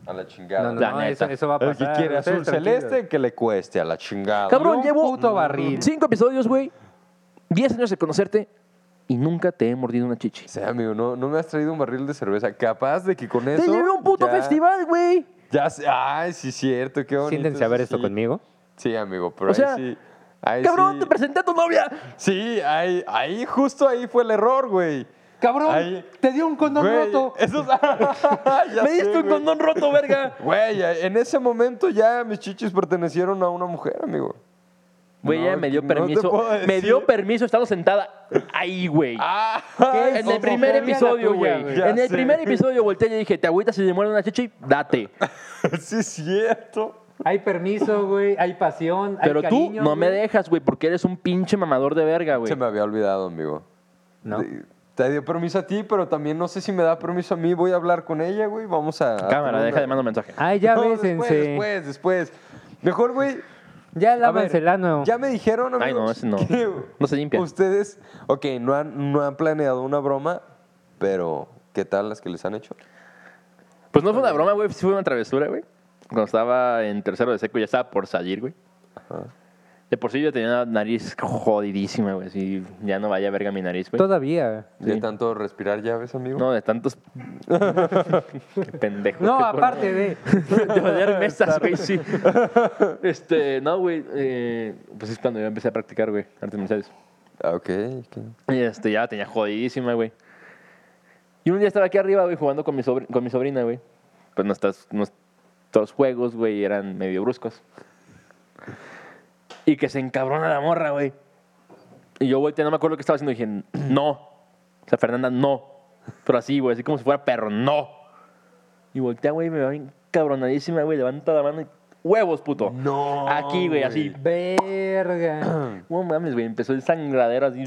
A la chingada. No, no, La no, neta. eso, eso va a El pasar. que quiere azul ustedes tranquilos. celeste, que le cueste a la chingada. Cabrón, Y un llevo puto barril. cinco episodios, güey. Diez años de conocerte y nunca te he mordido una chichi. O sea, amigo, no, no me has traído un barril de cerveza. Capaz de que con Te eso... llevé a un puto ya- festival, güey. Ya sé. Ay, sí, cierto. Qué bonito. Siéntense a ver esto sí. conmigo. Sí, amigo, pero O sea, ahí sí... ahí Cabrón, sí. te presenté a tu novia. Sí, ahí, ahí, justo ahí fue el error, güey. Cabrón, Ahí- te dio un condón Güey, roto. Eso ya Me sé, diste un güey. condón roto, verga. Güey, en ese momento ya mis chichis pertenecieron a una mujer, amigo. Güey, No, ella me dio no te permiso. puedo me decir. dio permiso estando sentada ahí, güey. Ah, ¿Qué? En el Homofobia primer la episodio, tuya, güey. güey. Ya En el sé. primer episodio volteé y le dije, ¿te agüitas si se muere una chichi? Date. sí es cierto. Hay permiso, güey. Hay pasión. Hay Pero tú cariño, no me güey. dejas, güey, porque eres un pinche mamador de verga, güey. Se me había olvidado, amigo. No. De- Te dio permiso a ti, pero también no sé si me da permiso a mí. Voy a hablar con ella, güey. Vamos a... a Cámara, tener deja una- de mandar un mensaje. Ay, ya No, bésense. después, después, después. Mejor, güey. Ya a ver, lávanse el ano. Ya me dijeron, amigos, Ay, no, ese no. que No se limpia. Ustedes, ok, no han, no han planeado una broma, pero ¿qué tal las que les han hecho? Pues no fue una broma, güey. Sí fue una travesura, güey. Cuando estaba en tercero de seco ya estaba por salir, güey. Ajá. De por sí yo tenía una nariz jodidísima, güey. Así ya no vaya verga mi nariz, güey. Todavía. ¿De Sí. tanto respirar llaves, amigo? No, de tantos... Qué pendejo. No, qué aparte de. De oler mesas, güey, sí. Este, no, güey. eh, pues es cuando yo empecé a practicar, güey, artes marciales. Ah, ok, ok. Y este, ya la tenía jodidísima, güey. Y un día estaba aquí arriba, güey, jugando con mi, sobr- con mi sobrina, güey. Pues nuestras, nuestros juegos, güey, eran medio bruscos. Y que se encabrona la morra, güey. Y yo volteé, no me acuerdo qué estaba haciendo. Y dije, no. O sea, Fernanda, no. Pero así, güey, así como si fuera perro, no. Y voltea, güey, me va bien cabronadísima, güey. Levanta la mano y... ¡Huevos, puto! No, Aquí, güey, así. Verga. No mames, güey. Empezó el sangradero así.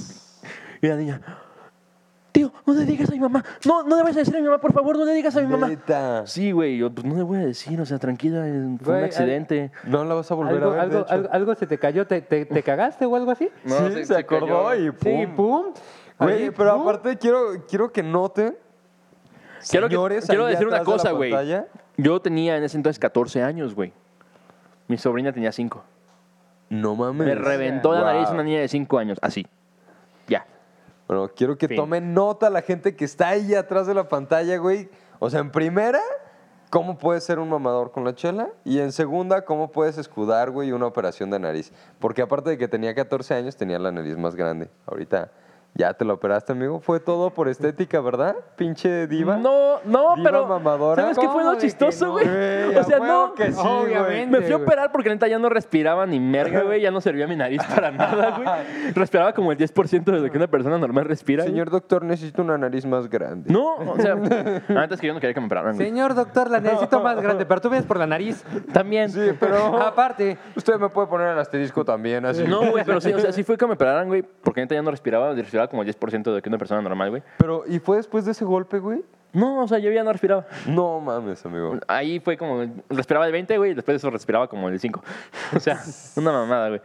Y la niña... Tío, no le digas a mi mamá. No, no le vayas a decir a mi mamá, por favor, no le digas a mi mamá. Neta. Sí, güey. Yo, pues no le voy a decir, o sea, tranquila. eh, Fue Güey, un accidente. No la vas a volver ¿Algo, a ver, de algo, hecho. algo, algo se te cayó? ¿Te, te, te cagaste o algo así? No, sí, se- se, se acordó cayó. y pum. Sí, pum. Güey, Ahí, pero pum. aparte quiero, quiero que noten, Quiero, que- señores, quiero ahí decir una atrás de la cosa, güey. pantalla. Yo tenía en ese entonces catorce años, güey. Mi sobrina tenía cinco. No mames. Me reventó la Wow. nariz una niña de cinco años. Así. Ya. Bueno, quiero que Fin. tomen nota la gente que está ahí atrás de la pantalla, güey. O sea, en primera, ¿cómo puedes ser un mamador con la chela? Y en segunda, ¿cómo puedes escudar, güey, una operación de nariz? Porque aparte de que tenía catorce años, tenía la nariz más grande. Ahorita ya te la operaste, amigo. Fue todo por estética, ¿verdad? Pinche diva. No, no, Diva pero. mamadora. ¿Sabes qué fue ¿Cómo lo de que chistoso, no? güey? Güey, O sea, a huevo no. que sí, güey. Obviamente. Me fui a güey. operar porque neta ya no respiraba ni merga, güey. Ya no servía mi nariz para nada, güey. Respiraba como el diez por ciento de lo que una persona normal respira. güey. Señor doctor, necesito una nariz más grande. No, o sea, antes que yo no quería que me operaran, güey. Señor doctor, la necesito más grande, pero tú vienes por la nariz. También. Sí, pero Aparte, usted me puede poner el asterisco también, así. No, güey, pero sí, o sea, sí fue que me operaran, güey. Porque neta ya no respiraba. Respiraba como el diez por ciento de lo que una persona normal, güey. Pero, ¿y fue después de ese golpe, güey? No, o sea, yo ya no respiraba. No mames, amigo. Ahí fue como, respiraba el veinte, güey, y después de eso respiraba como el cinco. O sea, una mamada, güey.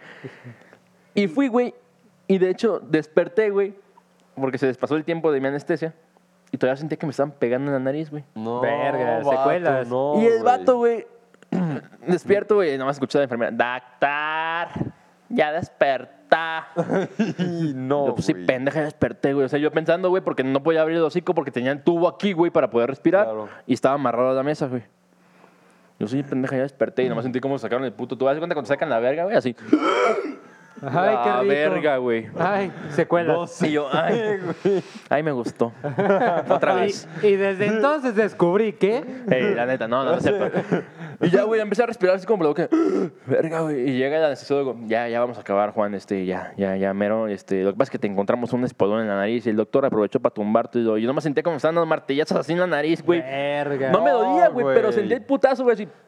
Y fui, güey, y de hecho desperté, güey, porque se despasó el tiempo de mi anestesia, y todavía sentía que me estaban pegando en la nariz, güey. No, Verga, vato, secuelas. no, y el güey. vato, güey, despierto, güey, y nada más escuché a la enfermera, ¡Doctor! ¡Ya despertá! Y no, Yo, pues sí, güey. pendeja, ya desperté, güey. O sea, yo pensando, güey, porque no podía abrir el hocico porque tenía el tubo aquí, güey, para poder respirar. Claro. Y estaba amarrado a la mesa, güey. Yo sí, pendeja, ya desperté y nomás sentí cómo sacaron el puto tubo. ¿Te das cuenta cuando sacan la verga, güey? Así. ay, la qué rico. verga, güey. Ay, secuelas. Y yo, ay, ay, me gustó. Otra vez. Y, y desde entonces descubrí que Ey, la neta, no, no, no es cierto. Y ya, güey, empecé a respirar así como por la boca. Verga, güey. Y llega el anestesiólogo. Ya, ya vamos a acabar, Juan. Este, ya, ya, ya, mero. Este, lo que pasa es que te encontramos un espolón en la nariz y el doctor aprovechó para tumbarte. Y yo, yo nomás sentía como me estaban dando martillazos así en la nariz, güey. verga. No me dolía, güey, güey. pero sentí el putazo, güey, así.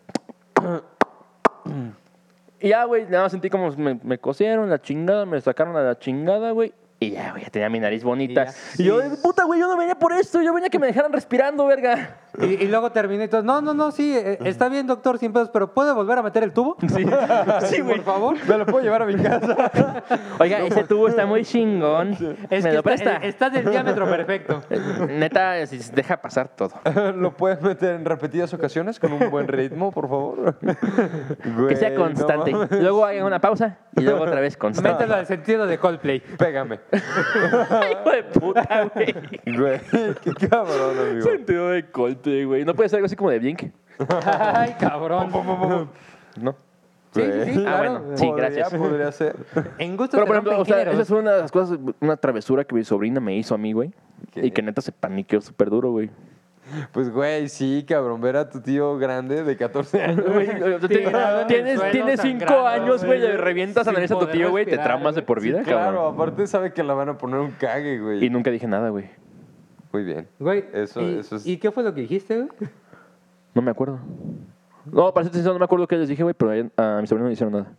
Y ya, güey, nada más sentí como me, me cosieron la chingada, me sacaron a la chingada, güey. Y ya, güey, ya tenía mi nariz bonita. Y Y, ya. yo, puta, güey, yo no venía por esto, yo venía a que me dejaran respirando, verga. Y, y luego terminé y todo, no, no, no, sí, eh, está bien, doctor, sin pedos, pero ¿puede volver a meter el tubo? Sí, sí, güey. Por favor. Me lo puedo llevar a mi casa. Oiga, ese tubo está muy chingón. Es ¿Me que lo está, presta? eh, está del diámetro perfecto. Neta, si se deja pasar todo. ¿Lo puedes meter en repetidas ocasiones con un buen ritmo, por favor? Que sea Güey, constante. no mames. Luego hagan una pausa y luego otra vez constante. Mételo al sentido de Coldplay. Pégame. Hijo de puta, güey. Güey, qué cabrón, amigo. Sentido de colte, güey. ¿No puede ser algo así como de Blink? Ay, cabrón. No. Sí, sí, sí, Güey. Ah, claro. bueno, sí, Podría- gracias. Podría ser. En gusto Pero, se por ejemplo, rompen o sea, géneros. esa es una de las cosas, una travesura que mi sobrina me hizo a mí, güey. ¿Qué? Y que neta se paniqueó súper duro, güey. Pues, güey, sí, cabrón. Ver a tu tío grande de catorce años. Güey, o sea, te- Tirado en el Tienes, suelo, tienes cinco sangrando, años, güey, güey, le revientas a sin la nariz a tu poder tío, güey, te respirar, traumas de güey. por vida, Claro, cabrón. aparte sabe que la van a poner un cague, güey. Y nunca dije nada, güey. Muy bien. Güey, Eso- ¿y, eso es- ¿y qué fue lo que dijiste, güey? No me acuerdo. No, para ser sincero, no me acuerdo qué les dije, güey, pero a, a mi sobrino no le hicieron nada.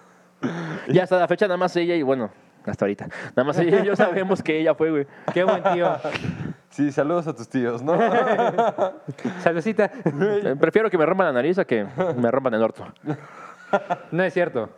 Y hasta la fecha, nada más ella y bueno, hasta ahorita. Nada más ella y yo sabemos que ella fue, güey. Qué buen tío. Sí, saludos a tus tíos, ¿no? Saludcita. Eh, Prefiero que me rompan la nariz a que me rompan el orto. No es cierto.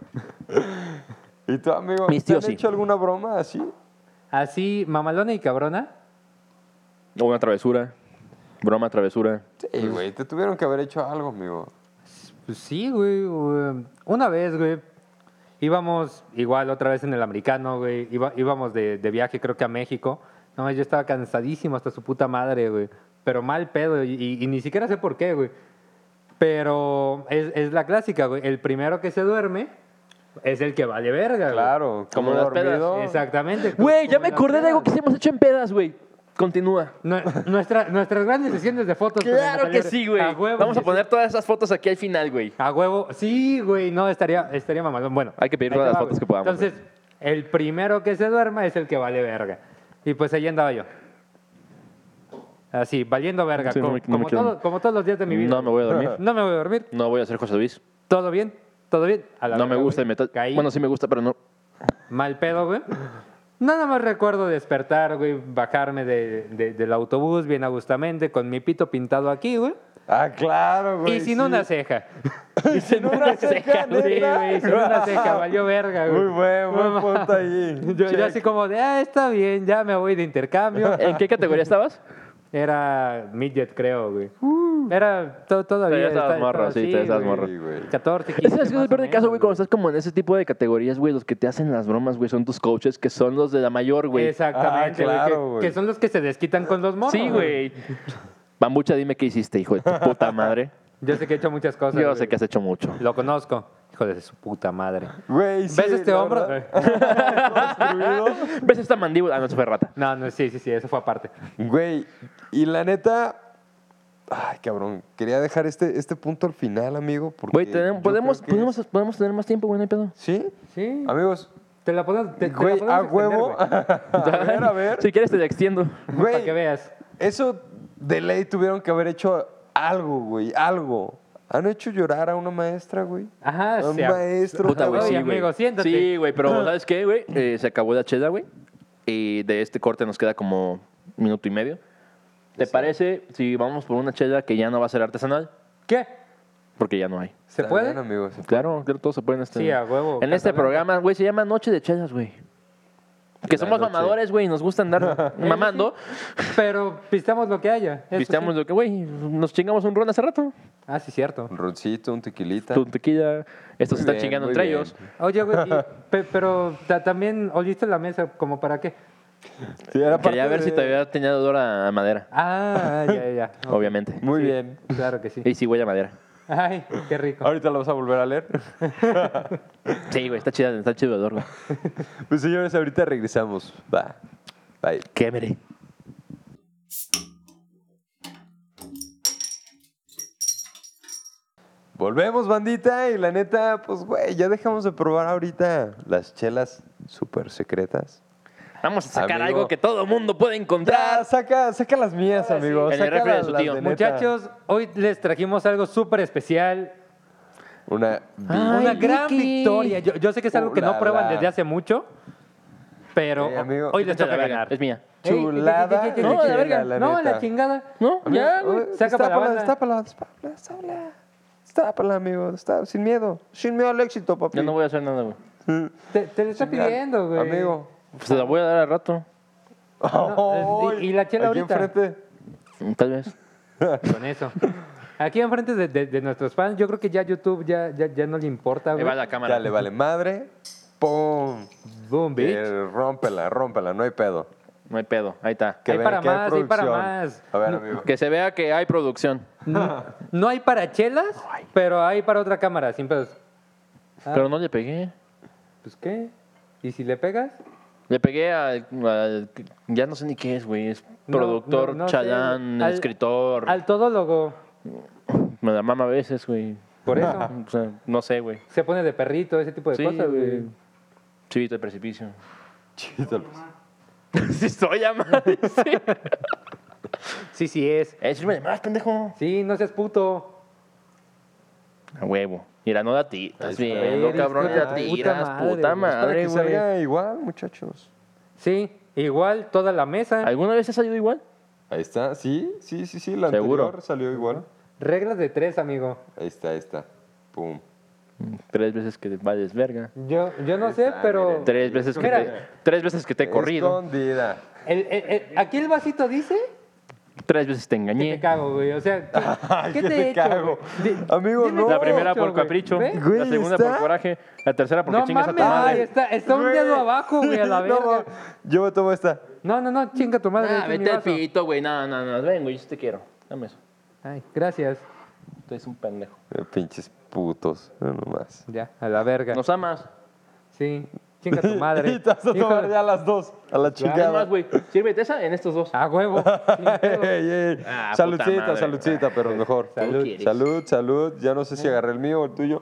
¿Y tú, amigo? Mis ¿Te han tíos sí. hecho alguna broma así? Así, mamalona y cabrona. O una travesura. Broma, travesura. Sí, güey, te tuvieron que haber hecho algo, amigo. Pues sí, güey. güey. Una vez, güey. Íbamos igual otra vez en el americano, güey. Iba- íbamos de, de viaje, creo que a México. No, yo estaba cansadísimo hasta su puta madre, güey. Pero mal pedo. Y, y- y ni siquiera sé por qué, güey. Pero es, es la clásica, güey. El primero que se duerme es el que vale verga, güey. Claro, Como como las pedas. dormido. Exactamente. Güey, ya como me las acordé de algo que pedas. sí hemos hecho en pedas, güey. Continúa. Nue- nuestra- nuestras grandes sesiones de fotos. con el Claro que Metal sí, Libre. güey. A huevo Vamos a que poner sí. todas esas fotos aquí al final, güey. A huevo. Sí, güey. No, estaría, estaría mamalón. Bueno. Hay que pedir ahí todas te las va, fotos güey. que podamos, Entonces, el primero que se duerma es el que vale verga. Y pues ahí andaba yo. Así, valiendo verga. Sí, no como, me- no me como quiero- todo- como todos los días de mi vida. No me voy a dormir. No me voy a dormir. No voy a hacer José Luis. ¿Todo bien? ¿Todo bien? A la No me verga, gusta el güey. metal. Caí. Bueno, sí me gusta, pero no. Mal pedo, güey. Nada más recuerdo despertar, güey, bajarme de- de- del autobús bien agustamente, con mi pito pintado aquí, güey. Ah, claro, güey. Y sin sí. una ceja. Y sin una ceja, Sí, neta. güey, sin una ceja, valió verga, güey. Muy buen, buen No, punto ahí. Yo, yo Check. así como de, ah, está bien, ya me voy de intercambio. ¿En qué categoría estabas? Era midget, creo, güey. Era to- todavía. Todavía estabas estaba- morro, estaba sí, así, todavía estabas güey. morro. Sí, güey. catorce, Es quince. que es más el peor o de caso, menos, güey, cuando estás como en ese tipo de categorías, güey, los que te hacen las bromas, güey, son tus coaches, que son los de la mayor, güey. Exactamente, Ah, güey, claro, que- güey. que, son los que se desquitan con los morros. Sí, güey. Bambucha, dime qué hiciste, hijo de tu puta madre. Yo sé que he hecho muchas cosas. Yo güey. sé que has hecho mucho. Lo conozco. Hijo de su puta madre. Güey, sí, ¿Ves este la hombro? verdad. Construido. ¿Ves esta mandíbula? Ah, no, eso fue rata. No, no, sí, sí, sí, eso fue aparte. Güey, y la neta. Ay, cabrón. Quería dejar este, este punto al final, amigo. Porque Güey, tenemos- yo podemos, creo que podemos, es- podemos tener más tiempo, güey, no hay pedo. ¿Sí? Sí. Amigos, Te la podemos. Te, te la güey, podemos a extender, huevo. güey, A ver, a ver. Si quieres te la extiendo. Güey, Para que veas. eso de ley tuvieron que haber hecho algo, güey. Algo. ¿Han hecho llorar a una maestra, güey? Ajá, A un sí, a- maestro. Puta, güey, Oye, sí, güey. amigo, siéntate. Sí, güey, pero ¿sabes qué, güey? Eh, se acabó la chela, güey. Y de este corte nos queda como un minuto y medio. ¿Te Sí. parece si vamos por una chela que ya no va a ser artesanal? ¿Qué? Porque ya no hay. ¿Se Está puede? bien, amigo, se puede. Claro, claro, todo se puede en este. Sí, a huevo. En este Catalán. programa, güey, se llama Noche de Chelas, güey. Que La somos noche. mamadores, güey, y nos gusta andar mamando. Pero pistamos lo que haya. eso Pisteamos sí. lo que, güey, nos chingamos un ron hace rato. Ah, sí, cierto. Un roncito, un tequilita. Tu tequila, estos se Muy están bien, chingando muy entre bien. ellos. Oye, güey, y- pe- pero ta- también oliste la mesa, ¿como para qué? Sí, era Quería parte ver si de- todavía tenía olor a madera, Ah, ya, ya, ya. Ok. obviamente. Muy Sí, bien. Claro que sí. Y sí, huele a madera. Ay, qué rico. Ahorita lo vas a volver a leer. Sí, güey, está chida, está chido el olor, güey. Pues señores, ahorita regresamos. Va. Bye. Qué veré. Volvemos, bandita, y la neta, pues, güey, ya dejamos de probar ahorita las chelas súper secretas. Vamos a sacar Amigo. algo que todo mundo puede Ya, encontrar. saca, saca las mías, amigo. En el saca refri de las- su las tío. de neta. Muchachos, hoy les trajimos algo súper especial. Una... vi- Ay, una gran Vicky. victoria. Yo, yo sé que es algo que Uh, no la, prueban la. desde hace mucho. Pero Eh, amigo, hoy les Quítate toca la verga, ganar. es mía. Ey, ¿qué- qué- Chulada qué- qué- qué- No, qué- la verga. la No, neta. la chingada. No, Amigo, ya, güey. uy, Saca para la destápala, banda. destápala, destápala, destápala. Destápala, amigo, está, sin miedo. Sin miedo al éxito, papi. Ya no voy a hacer nada, güey. Te, te lo está Chingar. pidiendo, güey. Amigo. Pues te la voy a dar al rato. No, y- y la chela Aquí ahorita. enfrente. Tal vez. Con eso. Aquí enfrente de, de, de nuestros fans, yo creo que ya YouTube ya, ya, ya no le importa, Ahí güey. va la cámara. Ya le vale madre. ¡Pum! Boom, bitch. Que rómpela, rómpela, no hay pedo. No hay pedo. Ahí está. Que Hay vean para que hay más, hay para producción. más. A ver, amigo. Que se vea que hay producción. No, no hay para chelas, pero hay para otra cámara, sin pedos. Ah, Pero no le pegué. Pues, ¿qué? ¿Y si le pegas? Le pegué al... al- ya no sé ni qué es, güey. Es No, productor, no, no sé, chalán, al- escritor. Al todólogo. Me la mama a veces, güey. Por eso. O sea, no sé, güey. Se pone de perrito, ese tipo de Sí, cosas, güey. Chivito de precipicio. Chito. Sí, soy amado. Sí. Sí, sí es. Eh, sírveme más, pendejo. Sí, no seas puto. A huevo. Mira, no la tiras. Ahí Estás está. viendo, Eres cabrón. hijo Te de la puta tiras, madre, puta güey. Para madre, que güey. salga igual, muchachos. Sí, igual toda la mesa. ¿Alguna vez has salido igual? Ahí está. Sí, sí, sí, sí. La ¿Seguro? anterior salió igual. Reglas de tres, amigo. Ahí está, ahí está. Pum. Tres veces que te vales verga. Yo, yo no sé, Está, pero... miren. Tres veces que Mira. te, tres veces que te he corrido. Escondida. El- el- el- aquí el vasito dice Tres veces te que te engañé. cago, güey. O sea, ¿qué, Ay, ¿qué que te te he hecho, cago. güey? Di- Amigo, dime no. qué La te he primera hecho, por güey. capricho. ¿Ve? Güey, La segunda ¿está? por coraje. La tercera porque No chingas mames, a tu madre. güey, está, está un Güey. dedo abajo, güey, a la No, verga. yo me tomo esta. No, no, no, chinga tu madre. Ah, este es mi vete al vaso. pito, güey. No, no, no. Ven, güey, yo sí te quiero. Dame eso. Ay, gracias. Tú eres un pendejo. Eh, Pinches putos. No nomás. Ya, a la verga. Nos amas. Sí, chinga tu madre. Y te vas a Hijo tomar de- ya las dos. A la Es chingada. más, güey. Sírvete esa en estos dos. A huevo. Sin pedo. Ey, ey. Ah, puta saludcita, madre. saludcita, pero mejor. Salud. quieres. Salud, salud. Ya no sé si agarré el mío o el tuyo.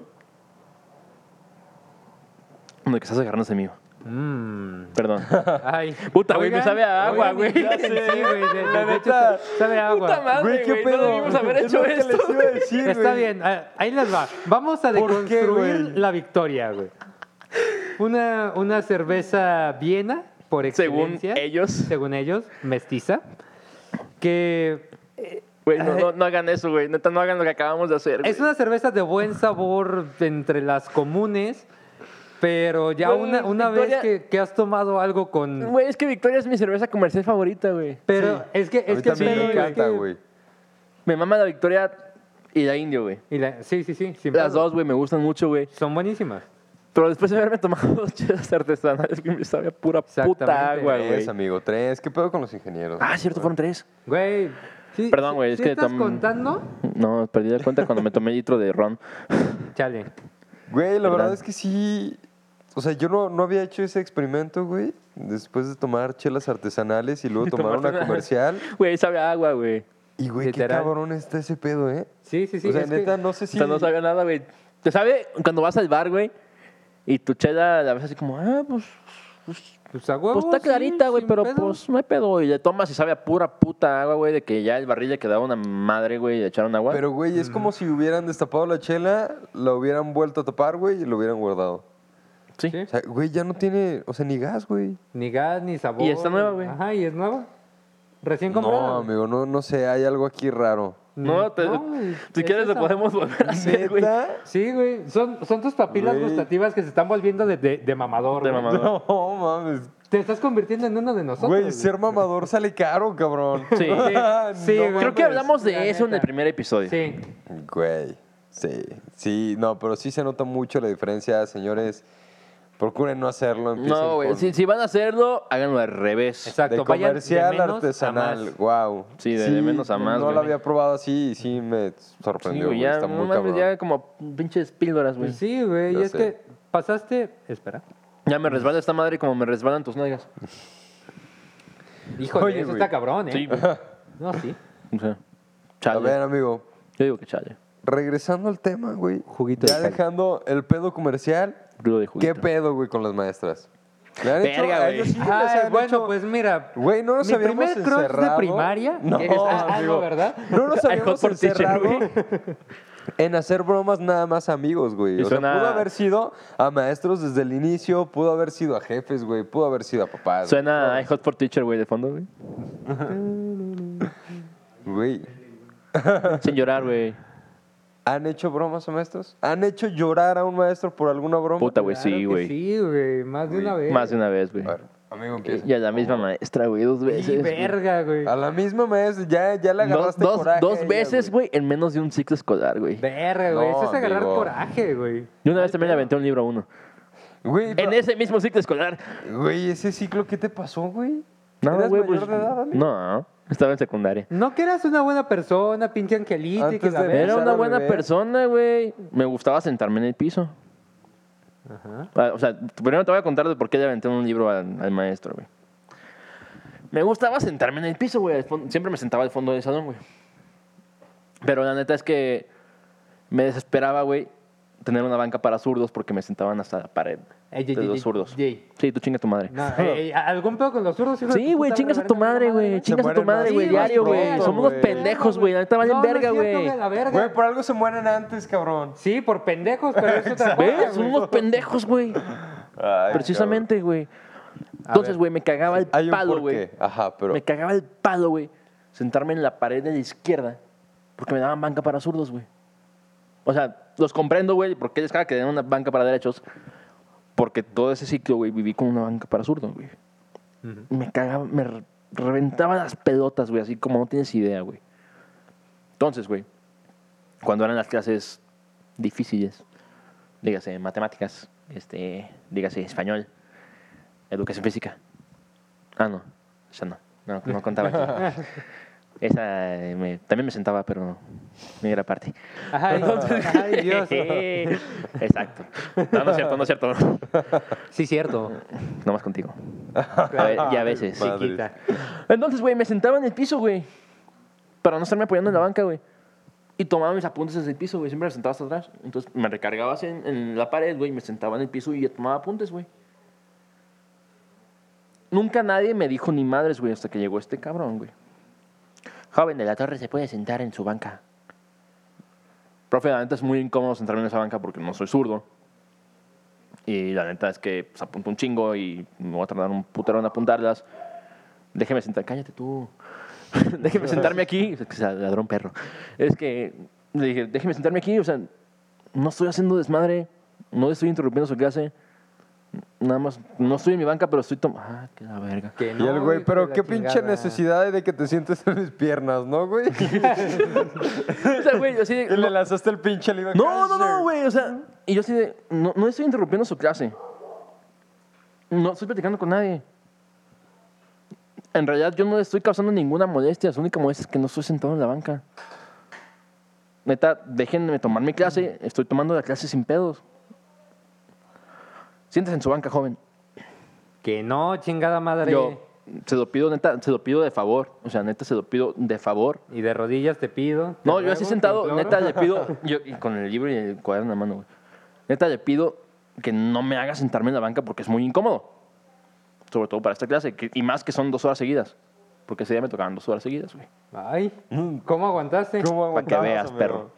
No, que estás agarrando ese mío. Mm. Perdón. Ay. Puta, güey, me Oigan, sabe a agua, oigan, güey. ya sé, Sí, güey. De, de- La de hecho, neta. sabe a agua. Puta madre, Güey, ¿qué güey. pedo? No debimos haber Es hecho lo que esto. les iba a decir, Está güey. bien, ah, ahí les va. Vamos a ¿Por qué, deconstruir güey? la victoria, güey. Una, una cerveza Viena, por Según excelencia. ellos. Según ellos, mestiza. Que Güey, no, no, no hagan eso, güey. Neta, no hagan lo que acabamos de hacer. es güey. una cerveza de buen sabor entre las comunes. Pero ya Güey, una, una Victoria- vez que, que has tomado algo con... Güey, es que Victoria es mi cerveza comercial favorita, güey. Pero Sí. es que... A Es mí que también pero me es encanta, que- güey. Me mama la Victoria y la Indio, güey. y la- sí, sí, sí. sin Las pedo. dos, güey, me gustan mucho, güey. Son buenísimas. Pero después de haberme tomado dos chelas artesanales, güey, me sabe a pura puta Exactamente. agua, güey. Tres, amigo, tres. ¿Qué pedo con los ingenieros? Ah, cierto, fueron tres. Güey. sí, Perdón, sí- güey, es ¿sí que estás tom- contando? No, perdí la cuenta cuando me tomé litro de ron. Chale. Güey, la ¿Verdad? verdad es que sí. O sea, yo no, no había hecho ese experimento, güey. Después de tomar chelas artesanales y luego tomar tomarte una una- comercial. Güey, sabe a agua, güey. Y, güey, qué Literal. cabrón está ese pedo, ¿eh? Sí, sí, sí. o sea, es que- neta, no sé O si. sea, no sabe a nada, güey. ¿Te sabe cuando vas al bar, güey? Y tu chela la ves así como, ah, pues, pues, Pues a huevo, pues está sí, clarita, güey, sin pero pedo. pues no hay pedo. Y le tomas y sabe a pura puta agua, güey, de que ya el barril le quedaba una madre, güey, y le echaron agua. Pero, güey, es como si hubieran destapado la chela, la hubieran vuelto a tapar, güey, y lo hubieran guardado. sí. Sí. O sea, güey, ya no tiene, o sea, ni gas, güey. Ni gas, ni sabor. Y está nueva, güey. Ajá, y es nueva. Recién comprada. No, amigo, no, no sé, hay algo aquí raro. No, te- y- si es quieres lo esa. podemos volver a hacer, güey. ¿Neta? Sí, güey. Son, son tus papilas Güey. gustativas que se están volviendo de, de, de mamador. De güey. mamador. No, mames. Te estás convirtiendo en uno de nosotros. Güey, güey. ser mamador sale caro, cabrón. Sí. Sí, sí, güey. Creo que hablamos de La eso en neta. el primer episodio. Sí. Güey, sí, sí, no, pero sí se nota mucho la diferencia, señores. Procuren no hacerlo. empiecen No, güey. con- Si, si van a hacerlo, háganlo al revés. Exacto. De vayan comercial de menos a artesanal, más. wow. Sí, de- de menos a más, No güey. lo había probado así y sí me Sí, sorprendió, güey, güey. ya, Está no muy mames, cabrón. ya como pinches píldoras, güey. Pues sí, güey. Ya Y es sé. que pasaste. Espera. Ya me resbala esta madre como me resbalan tus nalgas. Híjole, Oye, eso güey. está cabrón, ¿eh? Sí, güey. No, sí. O sea, A chale. ver, amigo, Yo digo que chale. regresando al tema, güey. Juguito de Ya cal. dejando el pedo comercial, Rudo de juguito. ¿qué pedo, güey, con las maestras? ¿Le han hecho? Verga, a güey. ellos sí les Ay, han bueno, hecho- pues mira. Güey, no nos mi habíamos primer crush encerrado. de primaria. No, es- ah, amigo. no, ¿verdad? No nos Ay, habíamos hot for teacher, encerrado. güey. en hacer bromas nada más a amigos, güey. Y O sea, suena- pudo haber sido a maestros desde el inicio, pudo haber sido a jefes, güey, pudo haber sido a papás. Suena I Hot for Teacher, güey, de fondo, güey. Güey, Sin llorar, güey. ¿han hecho bromas a maestros? ¿Han hecho llorar a un maestro por alguna broma? Puta, güey, Claro sí, que güey. Sí, güey, más de una vez. Más de una vez, güey. A ver, amigo, empieza. Y a la misma maestra, güey, dos veces. Sí, güey. verga, güey. A la misma maestra, ya, ya le Dos, agarraste dos, coraje a dos ella, veces, güey, en menos de un ciclo escolar, güey. Verga, güey. No, Eso es agarrar amigo. coraje, güey. Y una vez también le aventé un libro a uno. Güey, En pero- ese mismo ciclo escolar. güey, ese ciclo, ¿qué te pasó, güey? No, ¿Eras güey, mayor pues. de edad, amigo? No, estaba en secundaria. No que eras una buena persona, pinche angelito y Antes que la de verga. Era empezar una a buena beber. persona, güey. Me gustaba sentarme en el piso. Ajá. Ah, O sea, primero te voy a contar de por qué le aventé un libro al, al maestro, güey. Me gustaba sentarme en el piso, güey. al fon- Siempre me sentaba al fondo del salón, güey. Pero la neta es que me desesperaba, güey, tener una banca para zurdos porque me sentaban hasta la pared Ey, de ey, ey, los ey, zurdos. ey. Sí, tú chinga tu madre. No, ey, ey, ¿algún pedo con los zurdos, hijo de Sí, tu güey, puta chingas a verga, tu verga, madre, güey. madre? Chingas a tu mueren madre, más güey. Sí, Diario, pronto, güey. güey. Somos unos Güey. pendejos, güey. La neta valen No, no verga, es cierto, güey. a la verga. Güey, por algo se mueren antes, cabrón. Sí, por pendejos, pero es otra cosa, ¿Ves? Son güey. unos pendejos, güey. Ay, Precisamente, güey. Entonces, ver. güey, me cagaba el Hay un palo, porqué. güey. Ajá, pero. Me cagaba el palo, güey. Sentarme en la pared de la izquierda porque me daban banca para zurdos, güey. O sea, los comprendo, güey, porque les caga que den una banca para derechos. Porque todo ese ciclo, güey, viví con una banca para zurdos, güey. Me cagaba, me re- reventaba las pelotas, güey, así como no tienes idea, güey. Entonces, güey, cuando eran las clases difíciles, dígase matemáticas, este, dígase español, educación física. Ah, no, esa no, no, no contaba aquí. Esa eh, me- también me sentaba, pero no era parte. Ay, ay, Dios. Exacto. No, no es cierto, no es cierto. Sí, cierto. No más contigo. A ver, y a veces. Madre. Chiquita. Entonces, güey, me sentaba en el piso, güey. Para no estarme apoyando en la banca, güey. Y tomaba mis apuntes desde el piso, güey. Siempre me sentaba hasta atrás. Entonces me recargaba así en, en la pared, güey. Me sentaba en el piso y ya tomaba apuntes, güey. Nunca nadie me dijo ni madres, güey, hasta que llegó este cabrón, güey. Joven de la Torre se puede sentar en su banca. Profe, la neta es muy incómodo sentarme en esa banca porque no soy zurdo. Y la neta es que pues, apunto un chingo y me voy a tardar un putero en apuntarlas. Déjeme sentar, cállate tú. Déjeme sentarme aquí. Es que se ladró un perro. Es que le dije, déjeme sentarme aquí. O sea, no estoy haciendo desmadre. No estoy interrumpiendo su clase. Nada más, no estoy en mi banca, pero estoy tomando. Ah, qué la verga. Que Y no, el güey, hijo pero de la qué pinche chingada. necesidad hay de que te sientes en mis piernas, ¿no, güey? O sea, güey, yo así de, Y le lanzaste el pinche libro. No, no, no, güey. O sea, y yo así de. No, no estoy interrumpiendo su clase. No estoy platicando con nadie. En realidad, yo no le estoy causando ninguna molestia. La única molestia es que no estoy sentado en la banca. Neta, déjenme tomar mi clase. Estoy tomando la clase sin pedos. Siéntese en su banca, joven. Que no, chingada madre. Yo se lo pido, neta, se lo pido de favor. O sea, neta, se lo pido de favor. Y de rodillas te pido. te No, yo ruego, así te sentado, imploro. neta, le pido, yo, y con el libro y el cuaderno en la mano, güey. Neta, le pido que no me haga sentarme en la banca porque es muy incómodo. Sobre todo para esta clase. que- y más que son dos horas seguidas. Porque ese día me tocaban dos horas seguidas, güey. Ay, ¿cómo aguantaste? ¿Cómo Para que aguantabas, veas, amigo? perro.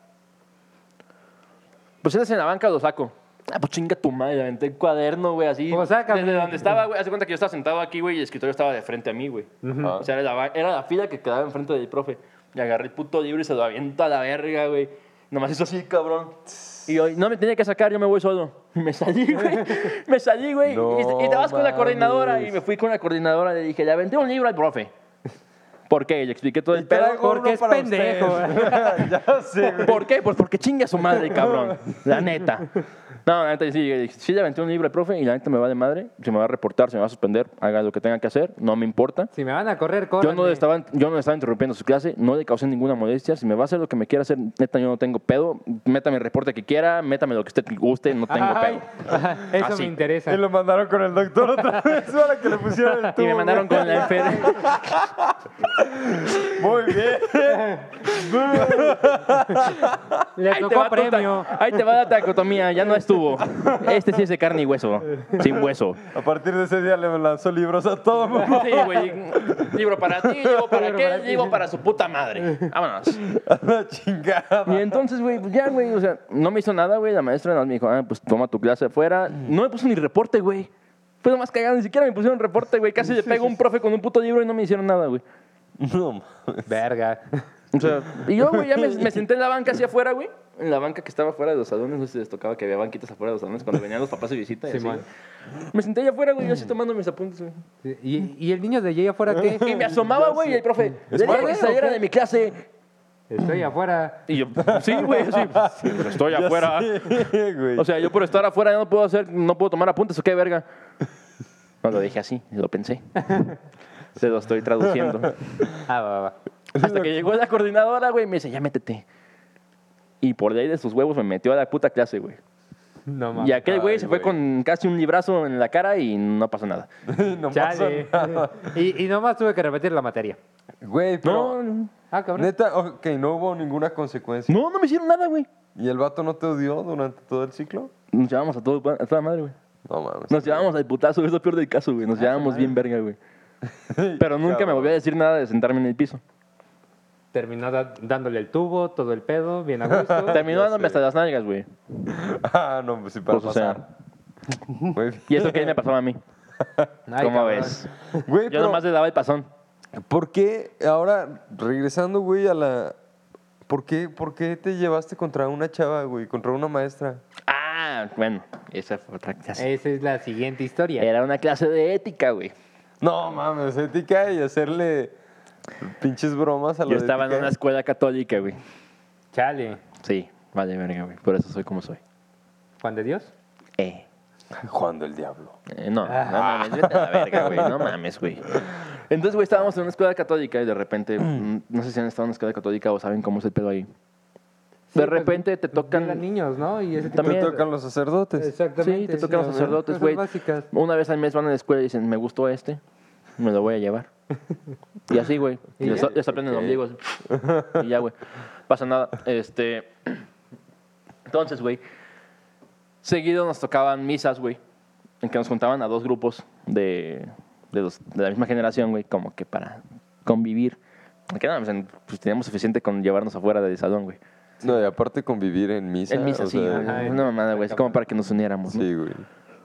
Pues siéntese en la banca, lo saco. Ah, pues chinga tu madre, le aventé el cuaderno, güey, así. Pues sácame. Desde donde estaba, güey, hace cuenta que yo estaba sentado aquí, güey, y el escritorio estaba de frente a mí, güey. Ah. O sea, era la, ba- era la fila que quedaba enfrente del profe. Y agarré el puto libro y se lo aviento a la verga, güey. Nomás hizo así, cabrón. Y yo, no me tenía que sacar, yo me voy solo. Y me salí, güey. Me salí, güey. No y, y te vas con la mames. coordinadora. Y me fui con la coordinadora. Le dije, le aventé un libro al profe. ¿Por qué? Y le expliqué todo el Y pedo. traigo Porque uno es para pendejo. usted. Ya sé, güey. ¿Por qué? Pues porque chinga a su madre, cabrón. La neta. No, la neta, sí, sí le aventé un libro al profe y la neta me va de madre. Se me va a reportar, se me va a suspender. Haga lo que tenga que hacer, no me importa. Si me van a correr, Yo córranme. no, le estaba, yo no le estaba interrumpiendo su clase, no le causé ninguna molestia. Si me va a hacer lo que me quiera hacer, neta, yo no tengo pedo. Métame el reporte que quiera, métame lo que usted guste, no tengo Ay, pedo. ajá, eso Así. me interesa. Y lo mandaron con el doctor otra vez para que le pusieran el tubo. Y me mandaron güey. con la enfermera. Muy bien. Le Ahí te tocó va tu premio. ta- Ahí te va la tacotomía, ya no estuvo. Este sí es de carne y hueso, sin hueso. A partir de ese día le lanzó libros a todo mundo. Sí, güey. Libro para ti, libro para Libro qué, para ti. libro para su puta madre. Vámonos. A la chingada. Y entonces, güey, pues ya, güey, o sea, no me hizo nada, güey. La maestra nada más me dijo, ah, pues toma tu clase afuera. No me puso ni reporte, güey. Fue lo más cagado, ni siquiera me pusieron reporte, güey. Casi le pego a un profe con un puto libro y no me hicieron nada, güey. No mames. Verga. O sea, y yo, güey, ya me, me senté en la banca hacia afuera, güey. En la banca que estaba afuera de los salones, no sé si les tocaba que había banquitas afuera de los salones cuando venían los papás de visita. Y así, Simón. güey. Me senté allá afuera, güey, yo así tomando mis apuntes, güey. ¿Y, y el niño de allí afuera qué? Y me asomaba, güey, y el profe, le dije guardia que o saliera qué? de mi clase. Estoy afuera. Y yo, sí, güey, sí, sí, pero estoy afuera. Sí, güey. O sea, yo por estar afuera ya no puedo hacer, no puedo tomar apuntes, ¿o qué, verga? No lo dije así, lo pensé. Se lo estoy traduciendo. Ah, va, va. Hasta que llegó la coordinadora, güey, y me dice, ya métete. Y por ley de sus huevos me metió a la puta clase, güey. No mames. Y aquel güey Ay, se fue güey. con casi un librazo en la cara y no pasó nada. no Chale. pasó nada. Y, y nomás tuve que repetir la materia. Güey, pero... No, no, Ah, cabrón. Neta, ok, no hubo ninguna consecuencia. no, no me hicieron nada, güey. ¿Y el vato no te odió durante todo el ciclo? Nos llevamos a, todo, a toda madre, güey. No mames. Nos llevamos al putazo, es lo peor del caso, güey. Nos llevamos bien verga, güey. Pero nunca me Cabrón. volvió a decir nada de sentarme en el piso. Terminó da- dándole el tubo, todo el pedo, bien a gusto. Terminó ya dándome sé. hasta las nalgas, güey. Ah, no, pues sí, para Pues, o sea, pasar. Muy bien. Y eso que él me pasaba a mí. Ay, ¿Cómo cabrón. ves? Güey, Yo pero nomás le daba el pasón. ¿por qué ahora, regresando, güey, a la... ¿Por qué, ¿Por qué te llevaste contra una chava, güey? Contra una maestra. Ah, bueno, esa fue otra clase. Esa es la siguiente historia. Era una clase de ética, güey. No mames, ética y hacerle pinches bromas a la Yo de estaba en ética. una escuela católica, güey. Chale. Sí, vale, verga, güey. Por eso soy como soy. ¿Juan de Dios? Eh. Juan del Diablo. Eh, no, no mames, vete a la verga, güey. No mames, güey. Entonces, güey, estábamos en una escuela católica y de repente, mm, no sé si han estado en una escuela católica o saben cómo es el pedo ahí. De repente te tocan. Violan niños, ¿no? Y ese tipo También- Te tocan los sacerdotes. Exactamente. Sí, te tocan los sí, sacerdotes, cosas güey. básicas. Una vez al mes van a la escuela y dicen, me gustó este, me lo voy a llevar. Y así, güey. Y Les, ya. les aprenden el Ok. ombligo. Así. Y ya, güey. Pasa nada. Este. Entonces, güey. Seguido nos tocaban misas, güey. En que nos juntaban a dos grupos de, de, los- de la misma generación, güey. Como que para convivir. Que nada, pues, pues teníamos suficiente con llevarnos afuera del salón, güey. No, y aparte convivir en misa. En misa, o sí, sea, güey. Ajá, Una mamada, güey. Es como para que nos uniéramos, ¿no? Sí, güey.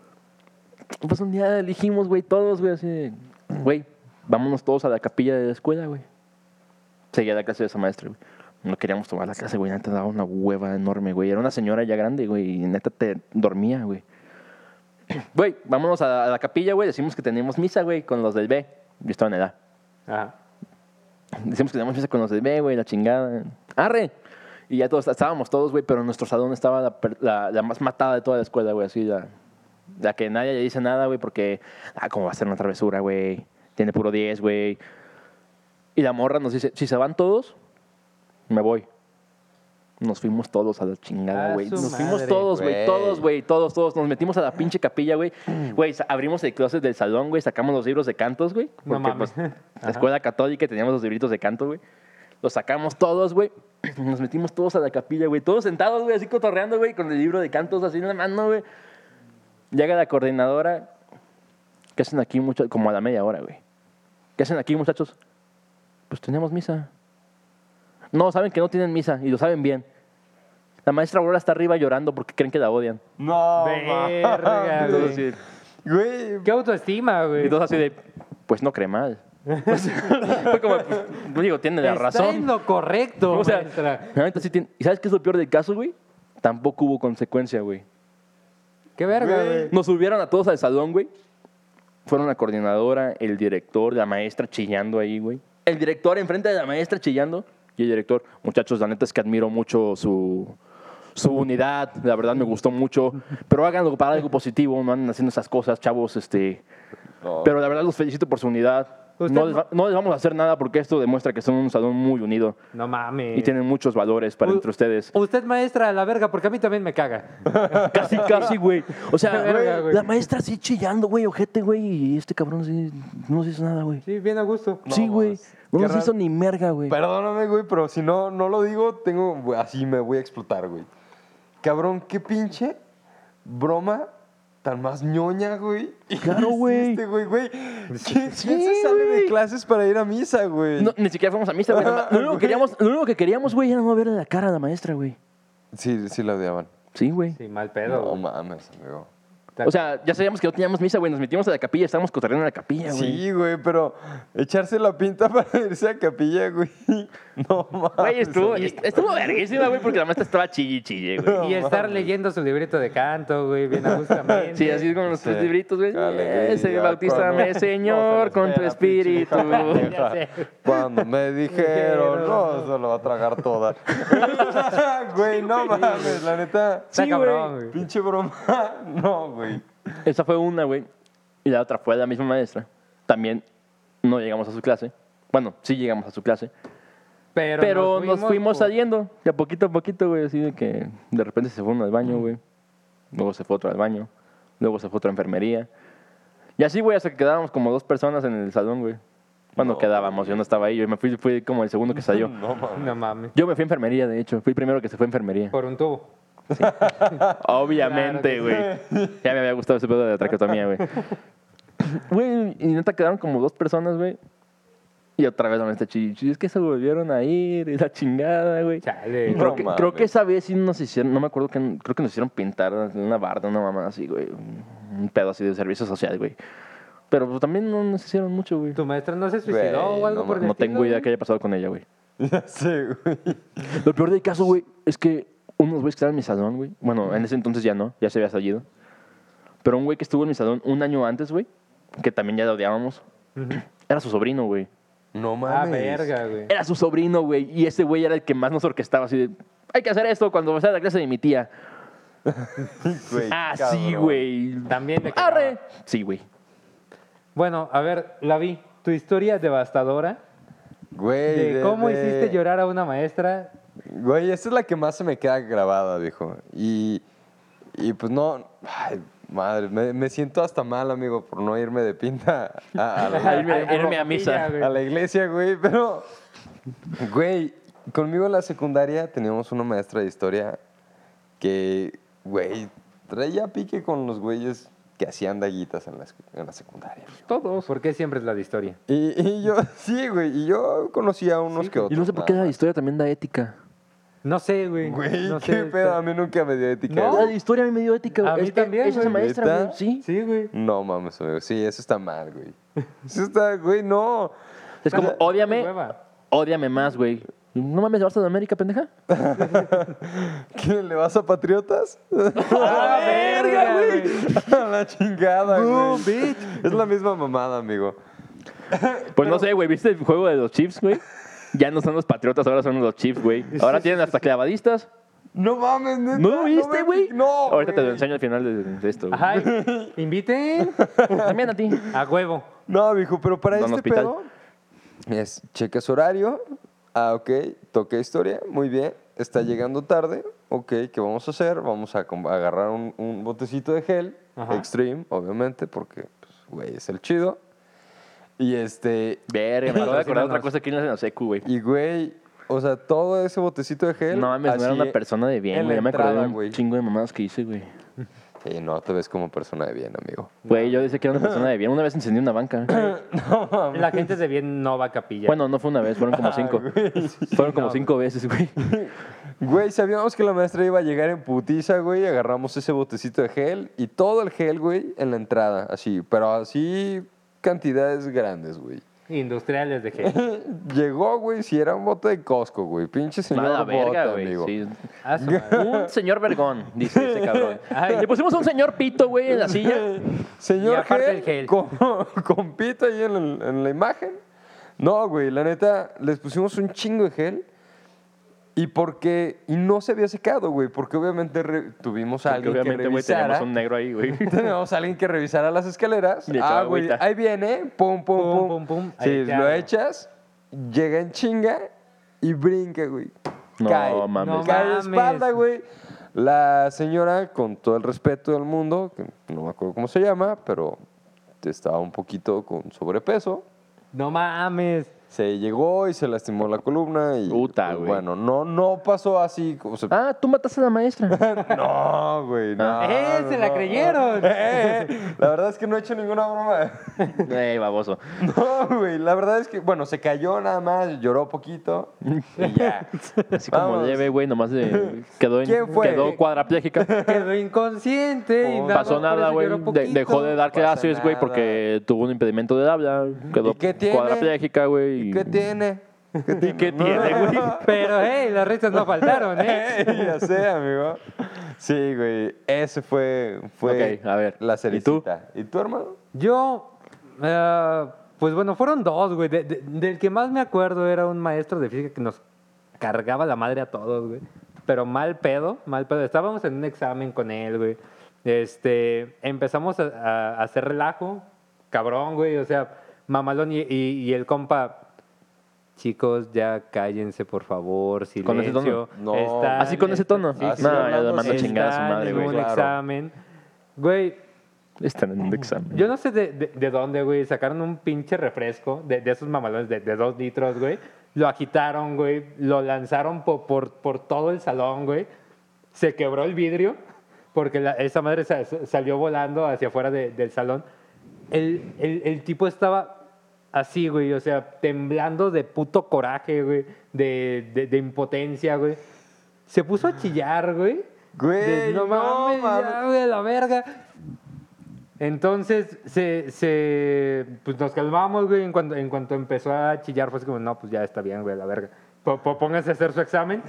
Pues un día elegimos, güey, todos, güey, así de, güey, vámonos todos a la capilla de la escuela, güey. Seguía la clase de esa maestra, güey. No queríamos tomar la clase, güey, neta daba una hueva enorme, güey. Era una señora ya grande, güey, y neta te dormía, güey. Güey, vámonos a, a la capilla, güey, decimos que teníamos misa, güey, con los del B. Yo estaba en edad. Ajá. Decimos que teníamos misa con los del B, güey, la chingada. ¡Arre! Y ya todos, estábamos todos, güey, pero en nuestro salón estaba la, per- la, la más matada de toda la escuela, güey, así, la, la que nadie le dice nada, güey, porque, ah, ¿cómo va a ser una travesura, güey? Tiene puro diez, güey. Y la morra nos dice, si se van todos, me voy. Nos fuimos todos a la chingada, A güey. su Nos fuimos madre, todos, güey, güey. todos, güey, todos, todos. Nos metimos a la pinche capilla, güey. Güey, sa- abrimos el closet del salón, güey, sacamos los libros de cantos, güey. No porque, mames. pues, la Ajá. escuela católica y teníamos los libritos de canto, güey. Los sacamos todos, güey. Nos metimos todos a la capilla, güey. Todos sentados, güey, así cotorreando, güey, con el libro de cantos así en la mano, güey. Llega la coordinadora. ¿Qué hacen aquí, muchachos? Como a la media hora, güey. ¿Qué hacen aquí, muchachos? Pues tenemos misa. No, saben que no tienen misa y lo saben bien. La maestra Aurora está arriba llorando porque creen que la odian. No, Verga, mames. güey. Todos así, Güey, ¿Qué autoestima, y güey? todos así de, pues no cree mal. O sea, fue como, pues, digo, tiene la Está razón. en lo correcto, O sea, maestra. la neta sí tiene- ¿Y sabes qué es lo peor del caso, güey? Tampoco hubo consecuencia, güey. Qué verga, Güey. güey. Nos subieron a todos al salón, güey. Fueron la coordinadora, el director, la maestra chillando ahí, güey. El director enfrente de la maestra chillando. Y el director, muchachos, la neta es que admiro mucho su, su unidad. La verdad me gustó mucho. Pero háganlo para algo positivo. No anden haciendo esas cosas, chavos. Este. no. Pero la verdad los felicito por su unidad. Usted No les, va- no les vamos a hacer nada porque esto demuestra que son un salón muy unido No mames. y tienen muchos valores para U- entre ustedes. Usted maestra a la verga, porque a mí también me caga. Casi, casi, güey. O sea, Verga, güey. la maestra sí chillando, güey, ojete, güey, y este cabrón sí no se hizo nada, güey. Sí, bien a gusto. No, Sí, güey. mames. No Qué nos raro. hizo ni merga, güey. Perdóname, güey, pero si no, no lo digo, tengo, güey, así me voy a explotar, güey. Cabrón, qué pinche broma tan más ñoña, güey. Claro, güey. Hiciste, güey, güey. ¿Quién, quién Sí, se sale de güey. clases para ir a misa, güey? No, ni siquiera fuimos a misa, güey. nomás- Lo único que queríamos, lo único que queríamos, güey, era no verle la cara a la maestra, güey. Sí, sí la odiaban. Sí, güey. Sí, mal pedo. No güey. mames, amigo. O sea, ya sabíamos que no teníamos misa, güey. Nos metimos a la capilla, estábamos cotorreando en la capilla, güey. Sí, güey, pero echarse la pinta para irse a capilla, güey. No mames. Güey, estuvo, amigo. est- estuvo verguísima, güey, porque la maestra estaba chille, chille, güey. Y estar leyendo su librito de canto, güey, bien ajustamente. Sí, así como los Sí. tres libritos, güey. Alegría, Ese bautízame, cuando- Señor, no se con tu espera, espíritu. pinche Ya sé. Cuando me dijeron, no, se lo va a tragar toda. Güey, no mames, la neta. Está Sí, cabrón, güey. güey. Pinche broma. No, güey. Esa fue una, güey. Y la otra fue la misma maestra. También no llegamos a su clase. Bueno, sí llegamos a su clase. Pero, Pero nos fuimos por- saliendo. De a poquito a poquito, güey. Así de que de repente se fue uno al baño, güey. Luego se fue otro al baño. Luego se fue otro a enfermería. Y así, güey, hasta que quedábamos como dos personas en el salón, güey. Bueno, No, quedábamos. Yo no estaba ahí. Yo me fui, fui como el segundo que salió. No mames. No mames. Yo me fui a enfermería, de hecho. Fui el primero que se fue a enfermería. Por un tubo. Obviamente, Claro güey. Ya me había gustado ese pedo de la traqueotomía, güey. Güey, y neta quedaron como dos personas, güey. Y otra vez la maestra chichi. Es que se volvieron a ir, y la chingada, güey. Chale. No Creo, que, mames. creo que esa vez sí nos hicieron, no me acuerdo que, creo que nos hicieron pintar una barda, una mamá así, güey. Un pedo así de servicio social, güey. Pero pues, también no nos hicieron mucho, güey. ¿Tu maestra no se suicidó Güey, o algo no por el No estilo, tengo idea güey? qué haya pasado con ella, güey. Ya sé, güey. Lo peor del caso, güey, es que unos güeyes que estaban en mi salón, güey. Bueno, en ese entonces ya no, ya se había salido. Pero un güey que estuvo en mi salón un año antes, güey, que también ya lo odiábamos, Ujú. era su sobrino, güey. No Ah, mames. verga, güey. Era su sobrino, güey. Y ese güey era el que más nos orquestaba, así de, hay que hacer esto cuando sea la clase de mi tía. Güey, Ah, sí, cabrón. güey. También le cagaba. Arre. Sí, güey. Bueno, a ver, Lavi, tu historia devastadora Güey, de cómo de- hiciste llorar a una maestra. Güey, esta es la que más se me queda grabada, viejo. Y, y pues no, ay, madre, me, me siento hasta mal, amigo, por no irme de pinta a, a la, A irme- irme a misa. güey. a la iglesia, güey. Pero, güey, conmigo en la secundaria teníamos una maestra de historia que, güey, traía pique con los güeyes que hacían daguitas en la, esc- en la secundaria. Todos. ¿Por qué siempre es la de historia? Y, y yo, sí, güey, y yo conocía a unos que otros. Y no sé por qué nada la más. historia también da ética. No sé, güey. Güey, no qué sé, pedo, a mí nunca me dio ética. No. güey. La de historia a mí me dio ética, güey. A mí Es que también, esa es la güey. maestra, ¿Neta? güey. Sí. Sí, güey. No mames, amigo. Sí, eso está mal, güey. Eso está, güey, no. Es como, Está de ódiame, hueva. ódiame más, güey. No mames, ¿vas a la América, pendeja? ¿Qué, le vas a Patriotas? ¡Ah, verga, güey! A la chingada, No, güey. bitch. Es la misma mamada, amigo. Pues no sé, güey. ¿Viste el juego de los Chiefs, güey? Ya no son los Patriotas, ahora son los Chiefs, güey. Ahora tienen hasta clavadistas. No mames, neta. ¿No lo viste, me- güey? No. Ahorita te lo güey. enseño al final de, de esto. güey. Ajá, inviten También a ti. a huevo. No, mijo, pero para No, en este hospital. pedo es, checa su horario. Ah, ok, toca historia, muy bien. Está llegando tarde, ok, ¿qué vamos a hacer? Vamos a com- agarrar un, un botecito de gel, Ajá. Extreme, obviamente, porque, pues, güey, es el chido. Y este, Verga, me acabo de acordar de otra Patrocínanos. cosa que en la secu, güey. y güey, o sea, todo ese botecito de gel. No mames, no era así una persona de bien, en güey. la Ya me acordé de entrada, un güey. chingo de mamadas que hice, güey. Sí, no te ves como persona de bien, amigo. Güey, yo decía que era una persona de bien. Una vez encendí una banca. La gente de bien no va a capilla. Bueno, no fue una vez, fueron como cinco. Fueron como No, cinco veces, güey. Güey, sabíamos que la maestra iba a llegar en putiza, güey. Agarramos ese botecito de gel y todo el gel, güey, en la entrada, así. Pero así, cantidades grandes, güey. Industriales de gel. Llegó, güey, si era un bote de Costco, güey. Pinche señor Nada, verga, bote, güey. amigo. Sí. Ah, su madre. Un señor vergón, dice ese cabrón. Ay. Le pusimos un señor pito, güey, en la silla. Señor Y aparte gel, el gel. Con, con pito ahí en, el- en la imagen. No, güey, la neta, les pusimos un chingo de gel. Y porque, y no se había secado, güey, porque obviamente re- tuvimos a Porque alguien que obviamente, güey, revisara. teníamos un negro ahí, güey. Tenemos a alguien que revisara las escaleras. Y le echaba Ah, güey, agüita. ahí viene, pum, pum, Pum, pum. pum, pum, Sí, ahí te lo hago. echas, llega en chinga y brinca, güey. No Cae, mames. No cae de mames. espalda, güey. La señora, con todo el respeto del mundo, que no me acuerdo cómo se llama, pero estaba un poquito con sobrepeso. No mames. Se llegó y se lastimó la columna y Puta, pues, güey. bueno, no, no pasó así. O sea, Ah, tú mataste a la maestra. no, güey, no. ¡Eh, no, se la no. creyeron! Eh, eh, la verdad es que no he hecho ninguna broma. Ey, baboso. No, güey, la verdad es que, bueno, se cayó nada más, lloró poquito y ya. Así como Vamos. leve, güey, nomás de, quedó, en, ¿Quién fue? quedó cuadraplégica. Quedó inconsciente y Oh, nada Pasó más por nada, eso güey. lloró de- poquito. dejó de dar Pasa clases, güey, nada. porque tuvo un impedimento de habla. Quedó ¿Y qué tiene? cuadraplégica, güey. ¿Y qué tiene? ¿Qué tiene? qué tiene, güey? Pero, hey, las risas no faltaron, ¿eh? Ya sé, amigo. Sí, güey, ese fue, fue Ok, a ver. la ¿Y tú? cerecita. ¿Y tú, hermano? Yo, eh, pues bueno, fueron dos, güey. De- de- del que más me acuerdo era un maestro de física que nos cargaba la madre a todos, güey. Pero mal pedo, mal pedo. Estábamos en un examen con él, güey. Este, empezamos a, a- a hacer relajo, cabrón, güey. O sea, mamalón y, y- y el compa... Chicos, ya cállense, por favor, silencio. ¿Con ese tono? No. Están- ¿Así con ese tono? Sí, Así sí. No, ya hablando, lo mando a sí. chingar a su Están madre, en güey. un claro. examen. Güey, Están en un examen. yo no sé de, de, de dónde, güey. Sacaron un pinche refresco de, de esos mamalones de, de dos litros, güey. Lo agitaron, güey. Lo lanzaron po- por, por todo el salón, güey. Se quebró el vidrio porque la- esa madre sa- salió volando hacia afuera de- del salón. El, el, el tipo estaba así, güey. O sea, temblando de puto coraje, güey. De, de, de impotencia, güey. Se puso a chillar, güey. Güey, De, no, no mames, mames. ya, güey, la verga. Entonces, se, se, pues nos calmamos, güey. En cuanto, en cuanto empezó a chillar, fue así como, no, pues ya está bien, güey, la verga. Po- po- Pónganse a hacer su examen.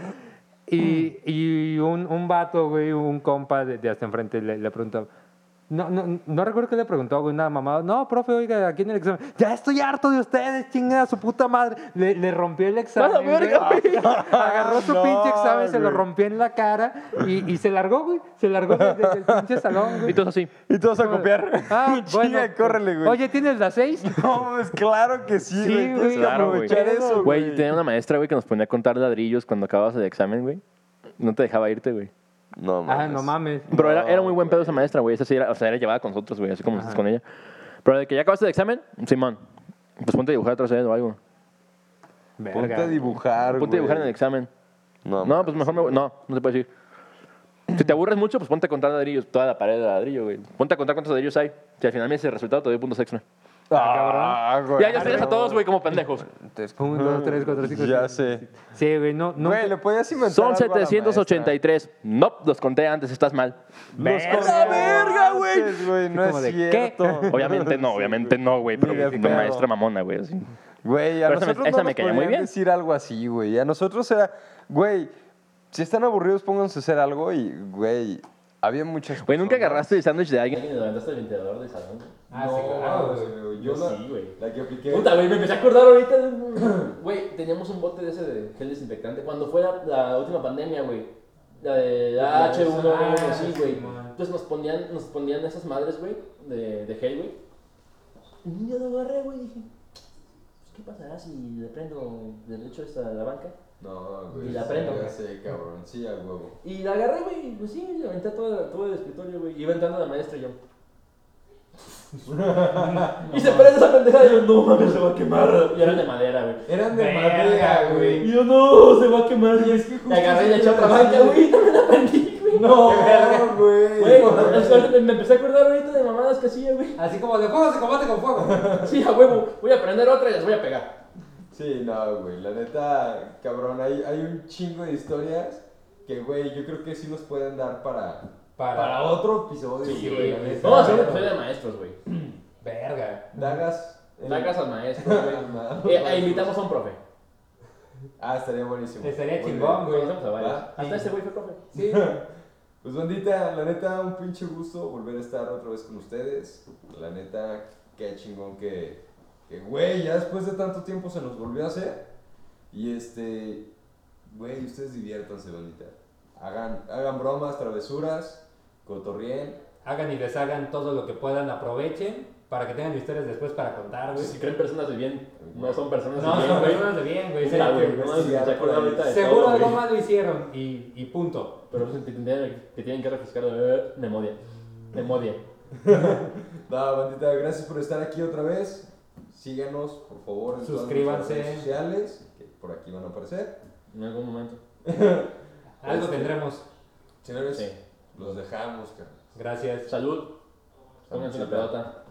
Y, y un, un vato, güey, un compa de, de hasta enfrente le, le preguntó. No, no, no recuerdo qué le preguntó, güey, nada mamado. No, profe, oiga, aquí en el examen. Ya estoy harto de ustedes, chinga su puta madre. Le, le rompió el examen. ¡A la verga, güey. Agarró su No, pinche examen, se lo güey. rompió en la cara y, y se largó, güey. Se largó de- de- del pinche salón, güey. Y todos así. ¿Y tú vas a copiar? Ah, bueno. Chinga, córrele, güey. Oye, ¿tienes las seis? No, pues claro que sí, Sí, güey. Tienes güey. que Claro, güey. aprovechar eso, Güey, güey. tenía una maestra, güey, que nos ponía a contar ladrillos cuando acababas el examen, güey. No te dejaba irte, güey. No mames. Ah, no mames. Pero era, era muy No, buen pedo esa maestra, güey. Esa sí era, o sea, era llevada con nosotros, güey, así como estás con ella. Pero de que ya acabaste el examen, Simón, pues ponte a dibujar otra vez o algo. Ponte Verga. a dibujar, Ponte a dibujar en el güey. examen. No, No, pues mejor me voy. No, no se puede decir. Si te aburres mucho, pues ponte a contar ladrillos, toda la pared de ladrillo, güey. Ponte a contar cuántos ladrillos hay. Si al final me dice el resultado, te doy puntos extra. Ah, güey. Ya, ya ustedes a todos, güey, como pendejos. Uno, dos, tres, cuatro, cinco, Ya seis. sé. Sí, güey, no, no. Güey, le podías inventar Son algo a la setecientos ochenta y tres. No, los conté antes, estás mal. Verga, maestra. ¡La verga, güey! Así güey! No como es de, cierto. Obviamente no, obviamente no, güey. Pero Ni de una pedo. maestra mamona, güey. Así. Güey, a Pero esa me- nosotros esa no me nos caía muy podían bien. decir algo así, güey. A nosotros era, güey, si están aburridos, pónganse a hacer algo y, güey, había muchas Güey, ¿nunca personas- agarraste el sándwich de alguien y le levantaste el ventilador del salón? Ah, sí, claro, güey. Yo Yo la- sí, güey. La que apliqué. Puta, güey, me empecé a acordar ahorita. de- Güey, teníamos un bote de ese de gel desinfectante. Cuando fue la, la última pandemia, güey. La de la H uno N uno, Ah, sí, güey. Simón. Entonces nos ponían, nos ponían esas madres, güey, de, de gel, güey. Y yo lo agarré, güey, y dije, pues, ¿qué pasará si le prendo derecho esta a la banca? No, güey. Y la sí, prendo. Ya sé, cabrón. Sí, a huevo. Y la agarré, güey, pues sí, le aventé todo, todo el escritorio, güey. Iba entrando la maestra y yo. Y se prende esa pendejada y yo, no mames, se va a quemar. Y eran de madera, güey. Eran de Verga, madera, güey. Y yo, no, se va a quemar. Y es que justo le agarré y le sí eché te otra iba a banca, decir. güey, y también la prendí, güey. No, verga. güey. Güey, es que me, me empecé a acordar ahorita de mamadas que hacía, güey. Así como de fuego se combate con fuego. Sí, a huevo, voy a prender otra y les voy a pegar. Sí, no, güey. La neta, cabrón, hay, hay un chingo de historias que, güey, yo creo que sí nos pueden dar para, Para- para otro episodio. Sí, güey, güey. la neta. Vamos a hacer un episodio de maestros, güey. Verga. Dagas. en- Sacas al maestro, No, güey. Eh, e invitamos a un profe. Ah, estaría buenísimo. Estaría Muy chingón, bien. güey. Conocemos a varios. ¿Va? Hasta ese güey fue profe. Sí. Pues bandita, la neta, un pinche gusto volver a estar otra vez con ustedes. La neta, qué chingón que, que güey, ya después de tanto tiempo se nos volvió a hacer. Y este, güey, ustedes diviértanse, bonita. Hagan, hagan bromas, travesuras, cotorrien. Hagan y deshagan todo lo que puedan, aprovechen para que tengan historias después para contar, güey. Si creen personas de bien, no son personas No, de bien, son güey. personas de bien, güey. Puta, sé güey, que- no mames, se acuerda ahorita de Seguro todo, algo güey. malo hicieron y, y punto. Pero se tendrían que tienen que refrescar de memoria. Memoria. No, bandita, gracias por estar aquí otra vez. Síganos, por favor, en Suscríbanse. todas nuestras redes sociales, que por aquí van a aparecer. En algún momento. Algo Este, tendremos. Señores, Sí. los dejamos, cara. Gracias. Salud. Pónganse la pelota.